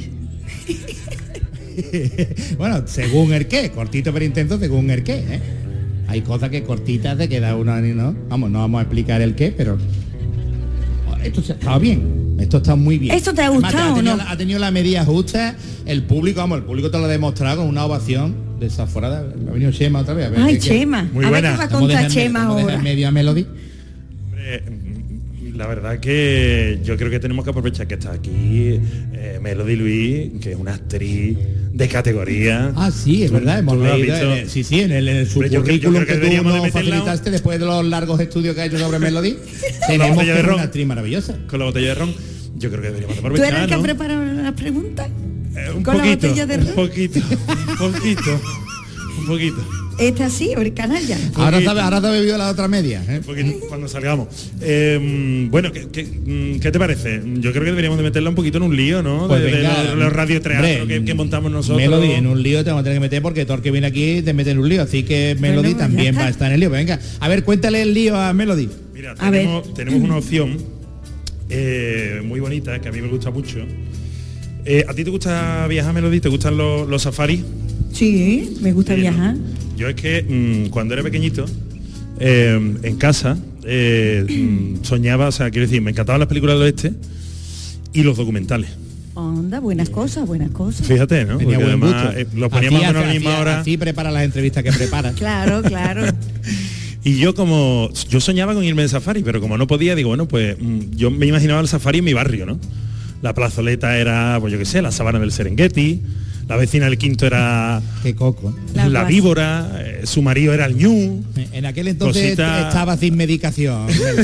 Bueno, según el qué, cortito pero intenso según el qué, ¿eh? Hay cosas que cortitas te queda una, ¿no? Vamos, no vamos a explicar el qué, pero esto se ha estado bien, esto está muy bien. ¿Esto te ha Además, gustado ha o tenido, no? la- ha tenido la medida justa, el público, vamos, el público te lo ha demostrado con una ovación desaforada. Ha venido Chema otra vez. A ver, Ay, ¿qué- qué- Chema. Muy a ver buena. qué va a ¿Cómo deja contar en- Chema cómo deja ahora. en medio a Melody? Hombre, la verdad que yo creo que tenemos que aprovechar que está aquí eh, Melody Luis, que es una actriz de categoría. Ah, sí, es Tú- verdad, hemos tú lo has leído, visto. en el- sí, sí, en el, en el su Hombre, yo creo- yo currículum creo que que, tú deberíamos de nos meterla- facilitaste después de los largos estudios que ha hecho sobre Melody, tenemos botella que de es ron. una actriz maravillosa. Con la botella de ron, yo creo que deberíamos de ¿Tú aprovechar, eres el que ha ¿no? preparado las preguntas? Eh, un con la poquito, botella de un ron? poquito, un poquito, un poquito. Esta sí, o el canalla. Ahora Poquito. te, ahora te ha bebido la otra media. ¿eh? Un poquito, cuando salgamos. Eh, bueno, ¿qué, qué, mm, ¿qué te parece? Yo creo que deberíamos de meterla un poquito en un lío, ¿no? Pues de, de venga, los, los radioteatros hombre, que, que montamos nosotros. Melody, en un lío te vamos a tener que meter porque todo el que viene aquí te mete en un lío, así que Melody pues ya también está. va a estar en el lío. Venga, a ver, cuéntale el lío a Melody. Mira, A tenemos, tenemos una opción eh, muy bonita que a mí me gusta mucho. Eh, ¿A ti te gusta viajar, Melody? ¿Te gustan los, los safaris? Sí, me gusta Sí, ¿no? viajar. Yo es que mm, cuando era pequeñito, eh, en casa, eh, mm, soñaba, o sea, quiero decir, me encantaban las películas del oeste y los documentales. Anda, buenas cosas, buenas cosas. Fíjate, ¿no? Tenía Porque buen además gusto. eh, los poníamos Así a la hace- misma así- hora. Así prepara las entrevistas que prepara. Claro, claro. Y yo como, yo soñaba con irme de safari, pero como no podía, digo, bueno, pues mm, yo me imaginaba el safari en mi barrio, ¿no? La plazoleta era, pues yo qué sé, la sabana del Serengeti, la vecina del Quinto era Qué coco. la, La guasa. víbora, eh, su marido era el ñu. En aquel entonces Cosita- estaba sin medicación. Melody.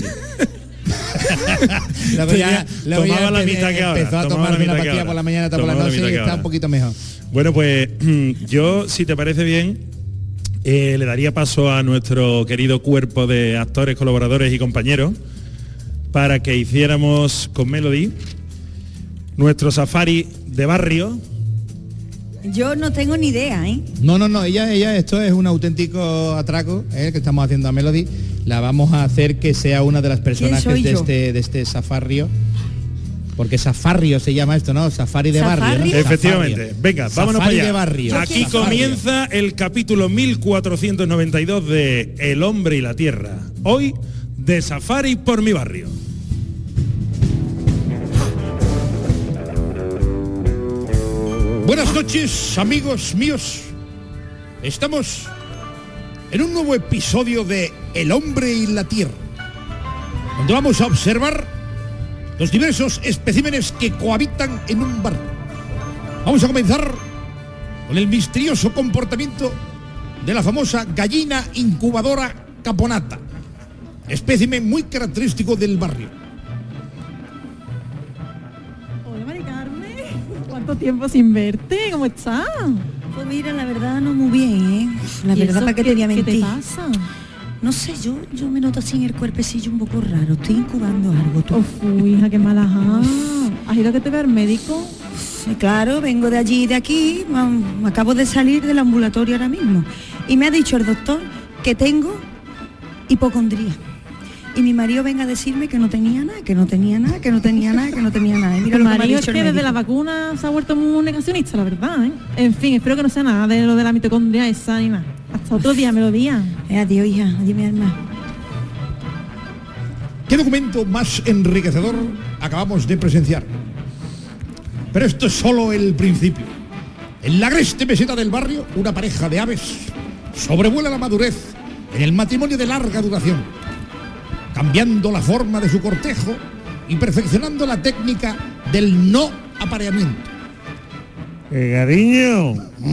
Luego ya- Tenía- luego ya tomaba la empe- mitad que ahora, empezó a tomaba tomar la una mitad que pastilla ahora. por la mañana, otra por la Tomaba la noche y mitad que está ahora. un poquito mejor. Bueno, pues yo, si te parece bien, eh, le daría paso a nuestro querido cuerpo de actores, colaboradores y compañeros para que hiciéramos con Melody nuestro safari de barrio. Yo no tengo ni idea, ¿eh? No, no, no, ella, ella, esto es un auténtico atraco, ¿eh? que estamos haciendo a Melody. La vamos a hacer que sea una de las personajes soy de yo? este, de este safario. Porque safario se llama esto, ¿no? Safari de ¿Safari? barrio, ¿no? Efectivamente. Safario. Venga, vámonos Safari para allá. de barrio. Aquí Safario. comienza el capítulo mil cuatrocientos noventa y dos de El hombre y la tierra. Hoy, de Safari por mi barrio. Buenas noches, amigos míos. Estamos en un nuevo episodio de El hombre y la tierra, donde vamos a observar los diversos especímenes que cohabitan en un barrio. Vamos a comenzar con el misterioso comportamiento de la famosa gallina incubadora caponata, espécimen muy característico del barrio. Hola, Mari Carmen. ¿Cuánto tiempo sin verte? ¿Cómo estás? Pues mira, la verdad no muy bien, ¿eh? La ¿Y verdad, eso ¿para qué qué- te voy a qué te mentir? pasa? No sé, yo, yo me noto así en el cuerpecillo un poco raro. Estoy incubando algo, tú. Uf, hija, qué mala. Ah, ¿has ido a que te vea el médico? Sí, claro, vengo de allí y de aquí. ma- me Acabo de salir del ambulatorio ahora mismo. Y me ha dicho el doctor que tengo hipocondría. Y mi marido venga a decirme que no tenía nada, que no tenía nada, que no tenía nada, que no tenía nada. Y mira Tu lo que me ha marido es dicho que el desde la médico. vacuna se ha vuelto muy negacionista, la verdad, ¿eh? En fin, espero que no sea nada de lo de la mitocondria esa ni nada. Hasta otro día, me lo digas. Eh, adiós, hija, adiós, mi alma. ¿Qué documento más enriquecedor acabamos de presenciar? Pero esto es solo el principio. En la agreste meseta del barrio, una pareja de aves sobrevuela la madurez en el matrimonio de larga duración, cambiando la forma de su cortejo y perfeccionando la técnica del no apareamiento. Eh, cariño,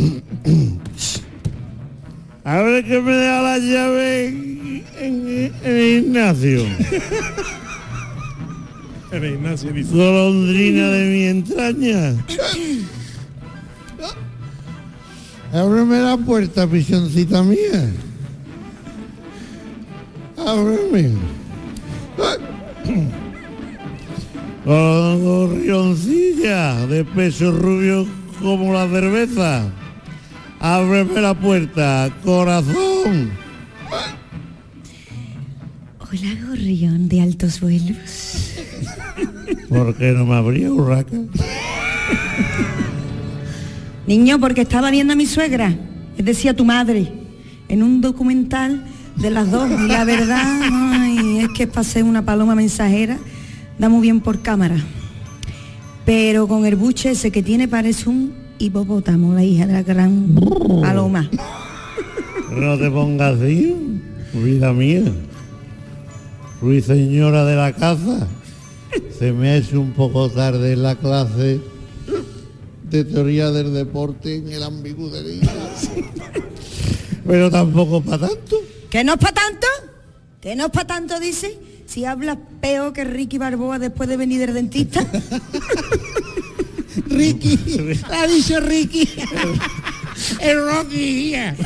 a ver que me da la llave en, en- en el gimnasio. En el Ignacio dice. Golondrina de mi entraña. Ábreme la puerta, pichoncita mía. Ábreme. Gorrioncilla de peso rubio como la cerveza. Ábreme la puerta, corazón. Hola, gorrión de altos vuelos. ¿Por qué no me abría, urraca? Niño, porque estaba viendo a mi suegra, es decir, a tu madre, en un documental de las dos. Y la verdad, ay, es que pasé una paloma mensajera, da muy bien por cámara. Pero con el buche ese que tiene parece un hipopótamo, la hija de la gran paloma. No te pongas así, vida mía. Ruiseñora de la caza. Se me ha hecho un poco tarde en la clase de teoría del deporte en el ambigudería. Pero tampoco para tanto. ¿Que no es para tanto? ¿Que no es para tanto, dice? Si hablas peor que Ricky Barboa después de venir del dentista. Ricky, ha dicho Ricky. El Rocky, yeah.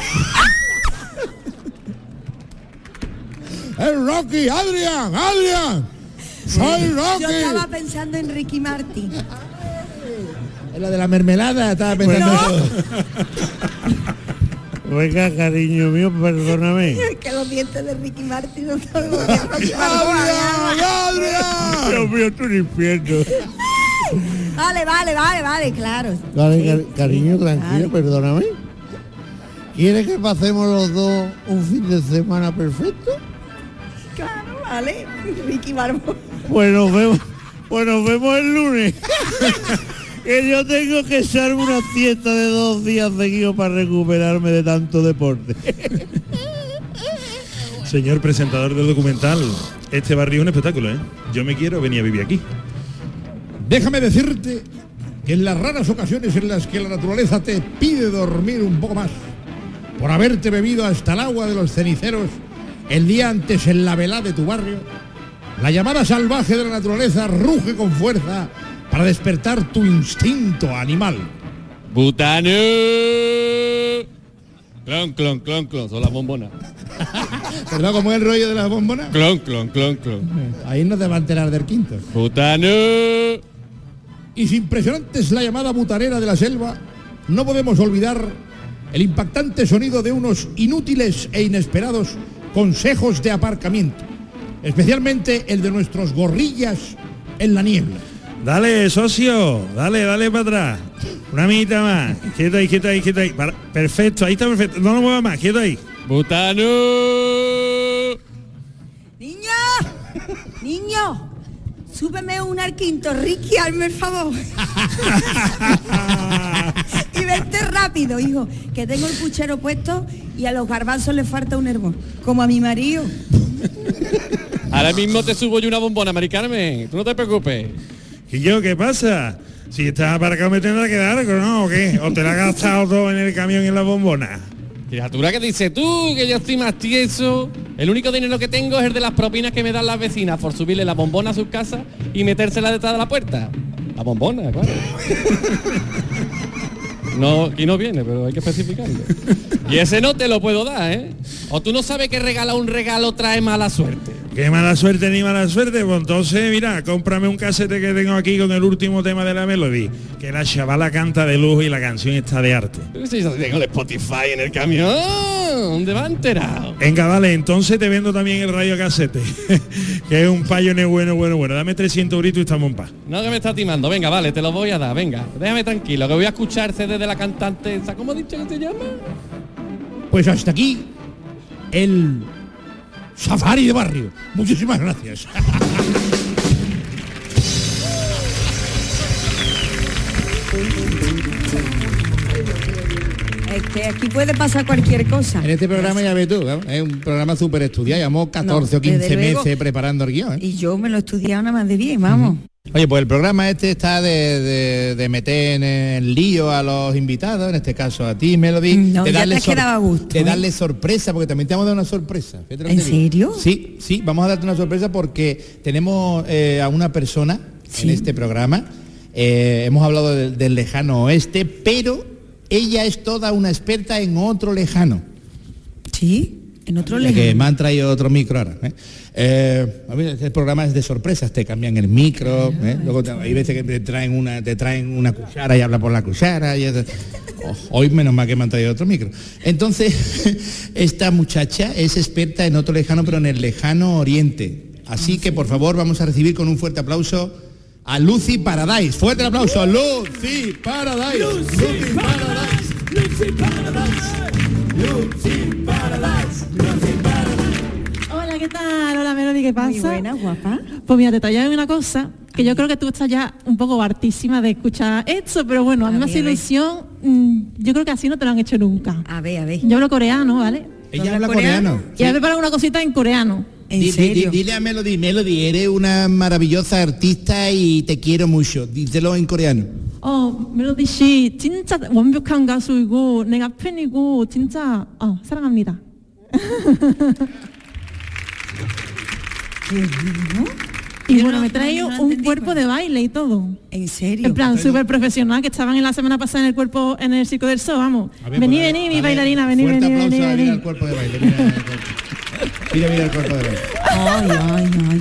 El Rocky, Adrián, Adrián. Soy Rocky. Yo estaba pensando en Ricky Martin. En la de la mermelada estaba pensando. Venga, cariño mío, perdóname. Que los dientes de Ricky Martin no son los de Ricky ¡Adrián, Barboa. Adrián! Dios mío, estoy un infierno. Vale, vale, vale, vale, claro. Vale, Sí, cari- sí. cariño, tranquilo, Vale. perdóname. ¿Quieres que pasemos los dos un fin de semana perfecto? Claro, vale. Ricky Barboa. Pues nos vemos, pues nos vemos el lunes. Que yo tengo que echarme una siesta de dos días seguidos para recuperarme de tanto deporte. Señor presentador del documental, este barrio es un espectáculo, ¿eh? Yo me quiero venir a vivir aquí. Déjame decirte que en las raras ocasiones en las que la naturaleza te pide dormir un poco más, por haberte bebido hasta el agua de los ceniceros el día antes en la velada de tu barrio, la llamada salvaje de la naturaleza ruge con fuerza para despertar tu instinto animal. ¡Butano! Clon, clon, clon, clon, son las bombonas. ¿Perdón, cómo es el rollo de las bombonas? Clon, clon, clon, clon. Ahí no te va a enterar del quinto. ¡Butano! Y si impresionante es la llamada butanera de la selva, no podemos olvidar el impactante sonido de unos inútiles e inesperados consejos de aparcamiento, especialmente el de nuestros gorrillas en la niebla. Dale, socio, dale, dale para atrás. Una mitad más. Quieto ahí, quieto ahí, quieto ahí. Para- Perfecto, ahí está perfecto. No lo muevas más, quieto ahí. Butano. ¡Niño! ¡Niño! Súbeme un arquinto, Ricky, hazme el favor. Y vente rápido, hijo, que tengo el puchero puesto y a los garbanzos les falta un hervor, como a mi marido. Ahora mismo te subo yo una bombona, Mari Carmen. Tú no te preocupes. ¿Y yo qué pasa? Si estás para acá me tendrá que dar algo, ¿no? ¿O qué? ¿O te la has gastado todo en el camión y en la bombona? Criatura, que dices tú, que yo estoy más tieso. El único dinero que tengo es el de las propinas que me dan las vecinas por subirle la bombona a sus casas y metérsela detrás de la puerta. La bombona, claro. No, aquí no viene, pero hay que especificarlo. Y ese no te lo puedo dar, ¿eh? O tú no sabes que regalar un regalo trae mala suerte. Qué mala suerte ni mala suerte, pues entonces mira, cómprame un casete que tengo aquí con el último tema de la Melody, que la chavala canta de lujo y la canción está de arte. Pero si yo tengo el Spotify en el camión, ¿dónde va enterado? Venga, vale, entonces te vendo también el radio casete, que es un payone bueno, bueno, bueno. Dame trescientos euritos y estamos en paz. No, que me está timando. Venga, vale, te lo voy a dar, venga. Déjame tranquilo, que voy a escuchar C D de la cantante esa. ¿Cómo has dicho que se llama? Pues hasta aquí el safari de barrio. Muchísimas gracias. Es que aquí puede pasar cualquier cosa. En este programa ya ves tú, ¿no? Es un programa súper estudiado. Llevamos catorce No, o quince desde luego. meses preparando el guión, ¿eh? Y yo me lo he estudiado nada más de bien, vamos. Oye, pues el programa este está de, de- de meter en el lío a los invitados, en este caso a ti, Melody. No, de ya darle te has quedado a gusto, De ¿eh? darle sorpresa, porque también te vamos a dar una sorpresa. Fíjate lo que ¿En te digo. serio? Sí, sí, vamos a darte una sorpresa porque tenemos eh, a una persona Sí. en este programa. Eh, hemos hablado del, del lejano oeste, pero ella es toda una experta en otro lejano. Sí, en otro Ya que lejano. me han traído otro micro ahora. ¿eh? Eh, a ver, este programa es de sorpresas, te cambian el micro, ¿eh? Luego te- hay veces que te traen una, te traen una cuchara y habla por la cuchara. Y es- oh, hoy menos mal que me han traído otro micro. Entonces, esta muchacha es experta en otro lejano, pero en el lejano oriente. Así que por favor vamos a recibir con un fuerte aplauso a Lucy Paradise. Fuerte el aplauso, Lucy Paradise. Lucy Paradise. Lucy Paradise, Lucy Paradise, Lucy Paradise. Hola, ¿qué tal? Hola, Melody, ¿qué pasa? Muy buena, guapa. Pues mira, te traigo una cosa, que yo creo que tú estás ya un poco hartísima de escuchar esto, pero bueno, a, A mí me ver, hace a ver. ilusión, mm, yo creo que así no te lo han hecho nunca. A ver, a ver. Yo hablo coreano, ¿vale? Ella ¿Habla habla coreano. coreano? Y he preparado una cosita en coreano. ¿En Di- di- serio? di- dile a Melody, Melody, eres una maravillosa artista y te quiero mucho. Díselo en coreano. 어, 멜로디 씨 진짜 완벽한 가수이고 내가 팬이고 진짜 어, 사랑합니다. Y bueno, me trae no un entendí, cuerpo pues. de baile y todo. ¿En serio? En plan, súper profesional, que estaban en la semana pasada en el cuerpo, en el Circo del Sol, vamos. A ver, Vení, por ahí, vení, a mi ver, bailarina, vení, fuerte vení, aplauso, vení, mira vení. el cuerpo de baile. Mira, el cuerpo. mira, mira el cuerpo de baile. Ay, ay, ay,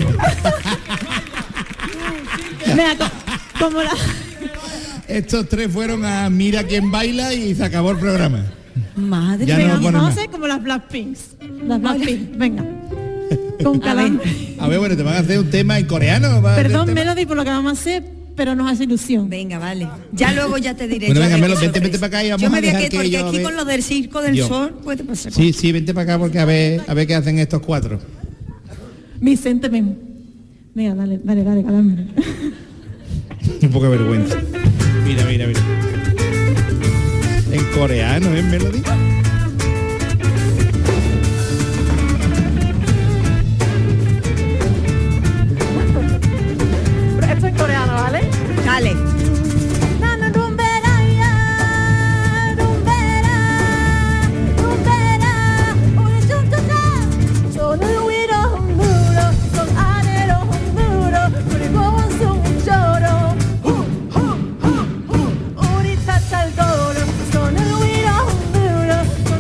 ay. Mira, co- como la... Estos tres fueron a Mira quién baila y se acabó el programa. Madre Ya mía. no Venga, ponen vamos a más. hacer como las Blackpinks. Las Blackpink, venga. Con A ver. calambre. A ver, bueno, te van a hacer un tema en coreano. ¿va a hacer Perdón, tema? Melody, por lo que vamos a hacer, pero nos hace ilusión. Venga, vale. Ya luego ya te diré. Bueno, yo a venga, ver Melo, qué vente, vente sorpresa. para acá y vamos Yo me a voy a dejar que que porque yo, a aquí ver- con lo del circo del Yo. sol puede pasar. Sí, sí, vente para acá porque a ver, a ver qué hacen estos cuatro. Vicente, ven. Venga, dale, dale, dale, calambre. Un poco de vergüenza. Mira, mira, mira. En coreano, ¿eh, Melody? Esto es coreano, ¿vale? Dale. 나는 룸베라야, 룸베라, 룸베라. 우리 춤추자. 손을 위로 흔들어, 손 아래로 흔들어. 그리고 원숭이처럼 우리 다 잘 걸어. 손을 위로 흔들어, 손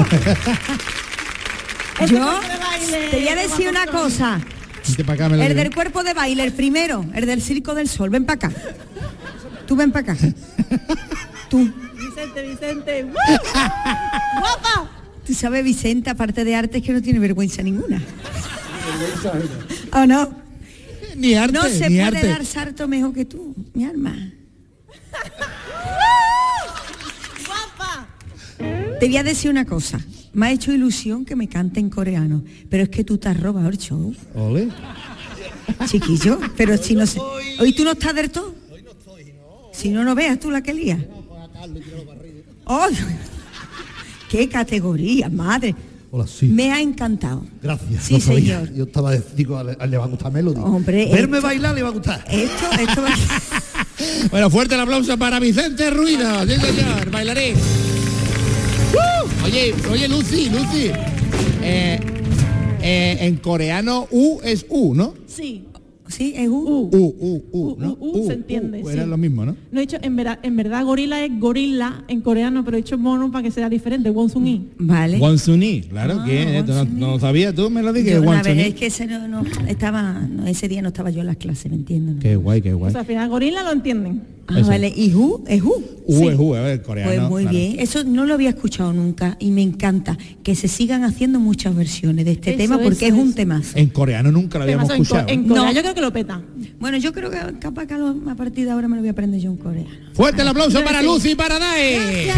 Yo te voy a decir una cosa. Vente pa' acá, me lo El digo. del cuerpo de baile, el primero, el del Circo del Sol. Ven para acá. Tú ven para acá. Tú. Vicente, Vicente. ¡Guapa! Tú sabes, Vicente, aparte de arte, es que no tiene vergüenza ninguna. ¿O no? Ni arte, No se ni puede arte. dar sarto mejor que tú, mi alma. ¡Guapa! Te voy a decir una cosa. Me ha hecho ilusión que me cante en coreano, pero es que tú te has robado el show, Ole. chiquillo. Pero si no sé, hoy tú no estás del todo. Si no, no veas tú la que lía. ¡Oh! ¡Qué categoría, madre! Hola, sí. Me ha encantado. Gracias. Sí, no sabía. señor. Yo estaba, digo, le, le va a gustar Melody. Hombre, Verme esto- bailar le va a gustar. Esto, esto va... Bueno, fuerte el aplauso para Vicente Ruido, sí señor, bailarín. ¡Uh! Oye, oye, Lucy, Lucy. Eh, eh, en coreano U es U, ¿no? Sí. Sí, es U. U. U, U, U, ¿no? U, U, se entiende, U, era sí. lo mismo, ¿no? No he dicho, en verdad, en verdad gorila es gorila en coreano, pero he hecho mono para que sea diferente, Wonsung-i. Vale. Wonsuni, claro, Ah, que no, Wonsuni. no lo sabía tú, me lo dije. Yo, la verdad Wonsuni. es que ese no, no estaba, no, ese día no estaba yo en las clases, ¿me entiendes? ¿no? Qué guay, qué O guay. sea, al final gorila lo entienden. Ah, Eso. vale. ¿Y U? ¿Es U? U sí. es U, a ver, coreano. Pues muy claro. bien, eso no lo había escuchado nunca y me encanta que se sigan haciendo muchas versiones de este Eso, tema porque eso, es un eso. temazo. En coreano nunca lo habíamos Temazo en, co- escuchado. en Corea No. yo creo que lo peta. Bueno, yo creo que capaz que a, lo- a partir de ahora me lo voy a aprender yo en coreano. Fuerte el aplauso Yo para sí. Lucy Paradise.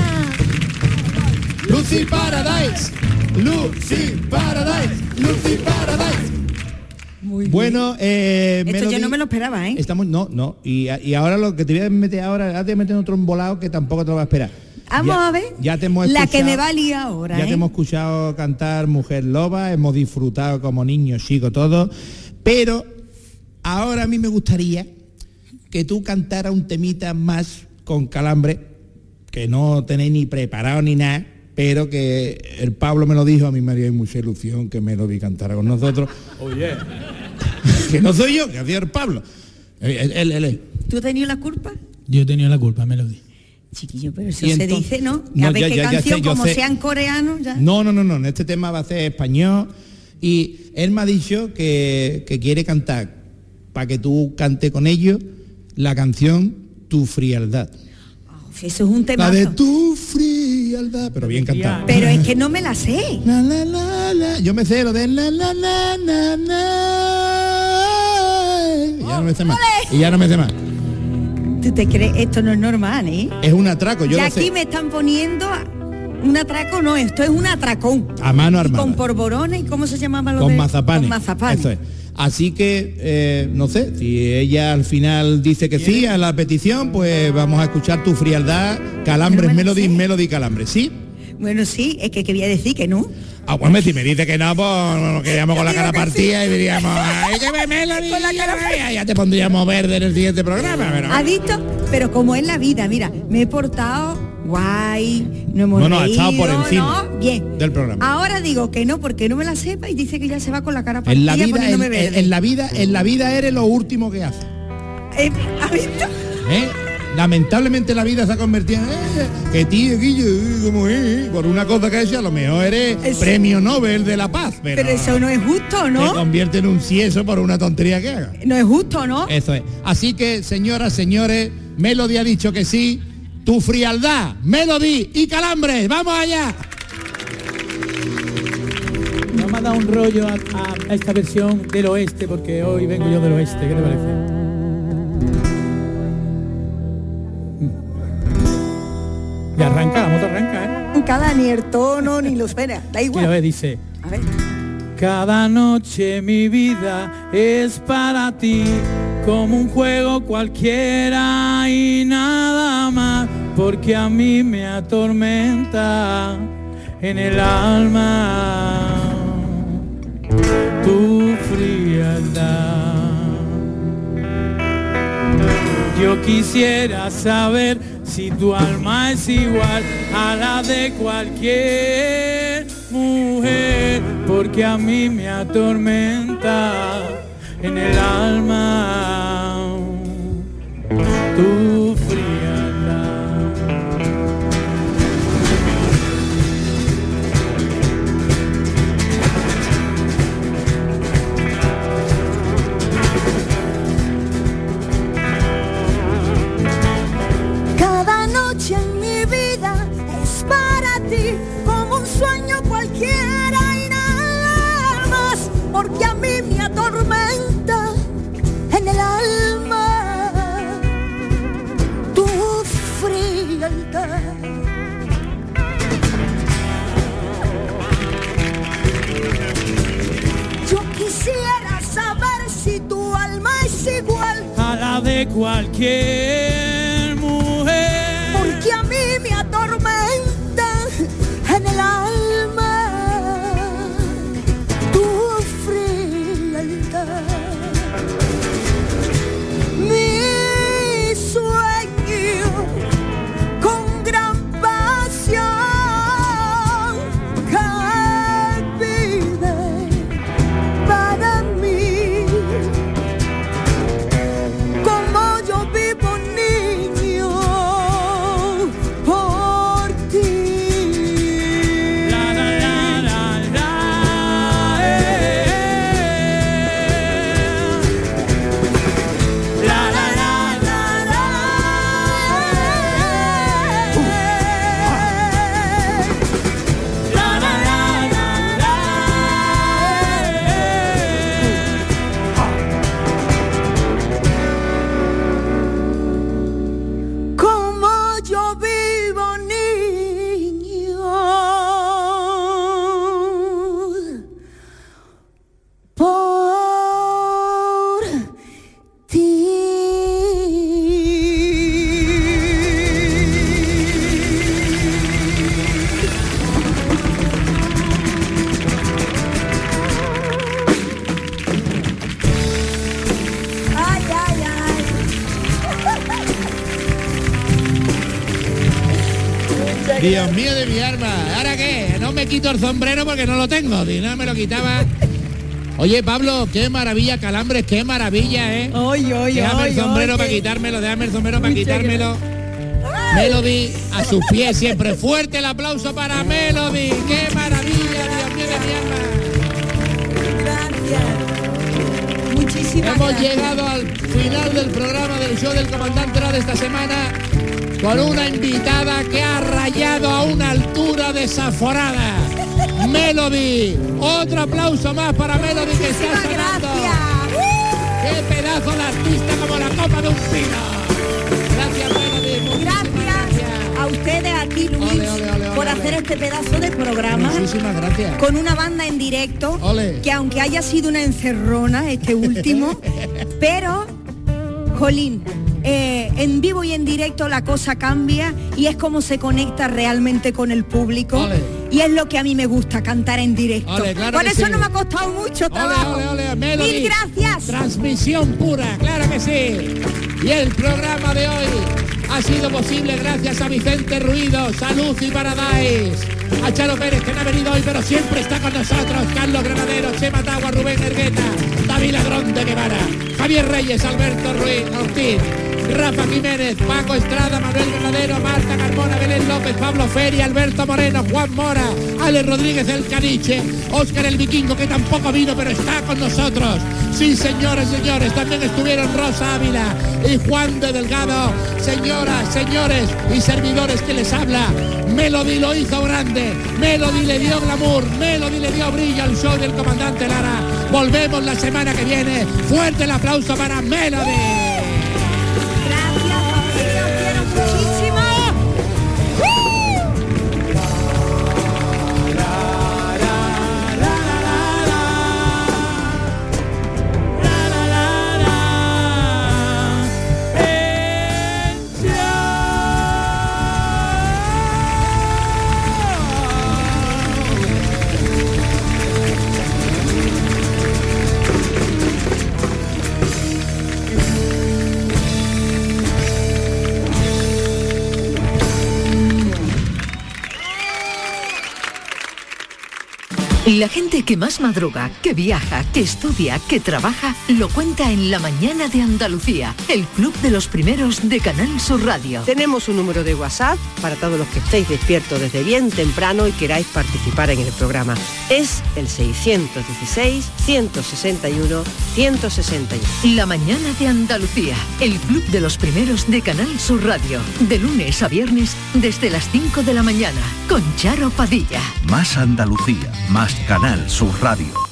Lucy Paradise. Lucy Paradise. Lucy Paradise. Muy bien. Bueno, eh, Esto yo Melody, no me lo esperaba, ¿eh? Estamos, no, no. Y, y ahora lo que te voy a meter ahora, ahora te voy a meter en otro embolado que tampoco te lo vas a esperar. Vamos Ya- a ver Ya te hemos la que escuchado- me va a liar ahora, Ya ¿eh? te hemos escuchado cantar Mujer Loba, hemos disfrutado como niños, chicos, todos. Pero ahora a mí me gustaría que tú cantaras un temita más con Calambre, que no tenéis ni preparado ni nada, pero que el Pablo me lo dijo, a mí me haría mucha ilusión que Melody cantara con nosotros. Oye. Que no soy yo, que hacía el Pablo. Él, él, él, él. ¿Tú has tenido la culpa? Yo he tenido la culpa, Melody. Chiquillo, pero eso Y se entonces- dice, ¿no? No, a ver ya, qué ya, ya canción, sé, yo como sé. sea en coreano, ya. No, no, no, no, en este tema va a ser español y él me ha dicho que, que quiere cantar para que tú cante con ellos la canción Tu Frialdad. Uf, eso es un La temazo. de Tu Frialdad, pero bien cantado. Pero es que no me la sé. La, la, la, la. Yo me sé lo de la, la, la, la, la. Y ya no me sé más. Y ya no me sé más. ¿Tú te crees? Esto no es normal, ¿eh? Es un atraco, yo ya lo aquí sé. me están poniendo un atraco, no, esto es un atracón. A mano Y armada. con porborones, ¿cómo se llamaba lo Con de? mazapanes. Con mazapanes. Eso es. Así que, eh, no sé, si ella al final dice que sí a la petición, pues vamos a escuchar Tu Frialdad, Calambres, No me la Melody, sé. Melody, Calambres, ¿sí? Bueno, sí, es que quería decir que no. Ah, bueno, si me dice que no, pues nos quedaríamos con la cara digo que partida y diríamos, ay, que me Melody, Con la cara ay, ya te pondríamos verde en el siguiente programa. Pero... ¿Has visto? Pero como es la vida, mira, me he portado guay, no hemos No, no, ha reído, estado por encima ¿no? Bien. del programa. Ahora digo que no, porque no me la sepa y dice que ya se va con la cara partida En la vida, en, poniéndome en- verde. en la vida, en la vida eres lo último que haces. Eh, ¿Has visto? ¿Eh? Lamentablemente la vida se ha convertido en eh, que tío, Guillo, eh, ¿cómo es? Por una cosa que ha hecho, a lo mejor eres Es- premio Nobel de la paz, pero, Pero eso no es justo, te ¿no? convierte en un cieso por una tontería que haga. No es justo, ¿no? Eso es. Así que, señoras, señores, Melody ha dicho que sí. Tu Frialdad, Melody y Calambres, ¡vamos allá! No me ha dado un rollo a, a- a esta versión del oeste, porque hoy vengo yo del oeste. ¿Qué te parece? Y arranca, la moto arranca, ¿eh? Cada ni el tono ni los espera, da Y a igual. ver, dice... A ver. Cada noche mi vida es para ti, como un juego cualquiera y nada más, porque a mí me atormenta en el alma tu frialdad. Yo quisiera saber si tu alma es igual a la de cualquier mujer, porque a mí me atormenta en el alma tu frialdad. de cualquier mujer. Porque a mí me atormenta en el alma tu frialdad. Mi sueño con gran pasión que vive para mí. Como yo vivo niño por ti. La, la, la, la, la, eh. La, la, la, la, la, eh. La, la, la, la, la, Como yo vivo niño por Ay, ay, ay. Dios mío de mi alma. ¿Ahora qué? No me quito el sombrero porque no lo tengo. Si no me lo quitaba. Oye, Pablo, qué maravilla, Calambres, qué maravilla, ¿eh? Oy, oy, déjame oy, el sombrero oy, para que- quitármelo, déjame el sombrero para Muchas quitármelo. Melody a sus pies siempre. Fuerte el aplauso para Melody. Qué maravilla, Dios mío de mi alma. Gracias. Muchísimas Hemos gracias. llegado al final del programa del show del comandante Lara de esta semana con una invitada que ha rayado a una altura desaforada. Melody. Otro aplauso más para Melody que está Muchísimas sonando. gracias. ¡Qué pedazo de artista como la copa de un pino! Gracias, Melody. Muchísimas Gracias a ustedes, a ti, Luis, Ole, ole, ole, por ole, hacer ole. este pedazo de programa. Muchísimas gracias. Con una banda en directo, Ole. que aunque haya sido una encerrona este último, pero, jolín, eh, en vivo y en directo la cosa cambia y es como se conecta realmente con el público. Ole. Y es lo que a mí me gusta, cantar en directo. Ole, claro Por que eso sí. no me ha costado mucho trabajo. Ole, ole, ole, Melody. Mil gracias. Transmisión pura, claro que sí. Y el programa de hoy ha sido posible gracias a Vicente Ruidos, a Lucy Paradise, a Charo Pérez, que no ha venido hoy, pero siempre está con nosotros, Carlos Granadero, Chema Tagua, Rubén Ergueta, David Ladrón de Guevara, Javier Reyes, Alberto Ruiz Ortiz, Rafa Jiménez, Paco Estrada, Manuel Granadero, Marta Carmona, Belén López, Pablo Feria, Alberto Moreno, Juan Mora, Alex Rodríguez el Caniche, Óscar el Vikingo, que tampoco vino, pero está con nosotros. Sí, señores, señores, también estuvieron Rosa Ávila y Juan de Delgado. Señoras, señores y servidores que les habla, Melody lo hizo grande, Melody le dio glamour, Melody le dio brillo al show del comandante Lara. Volvemos la semana que viene. Fuerte el aplauso para Melody. Gracias, familia, os quiero muchísimo. La gente que más madruga, que viaja, que estudia, que trabaja, lo cuenta en La Mañana de Andalucía, el club de los primeros de Canal Sur Radio. Tenemos un número de WhatsApp para todos los que estéis despiertos desde bien temprano y queráis participar en el programa. Es el seiscientos dieciséis, ciento sesenta y uno, ciento sesenta y uno. La Mañana de Andalucía, el club de los primeros de Canal Sur Radio, de lunes a viernes desde las cinco de la mañana, con Charo Padilla. Más Andalucía, más Canal Sur Radio.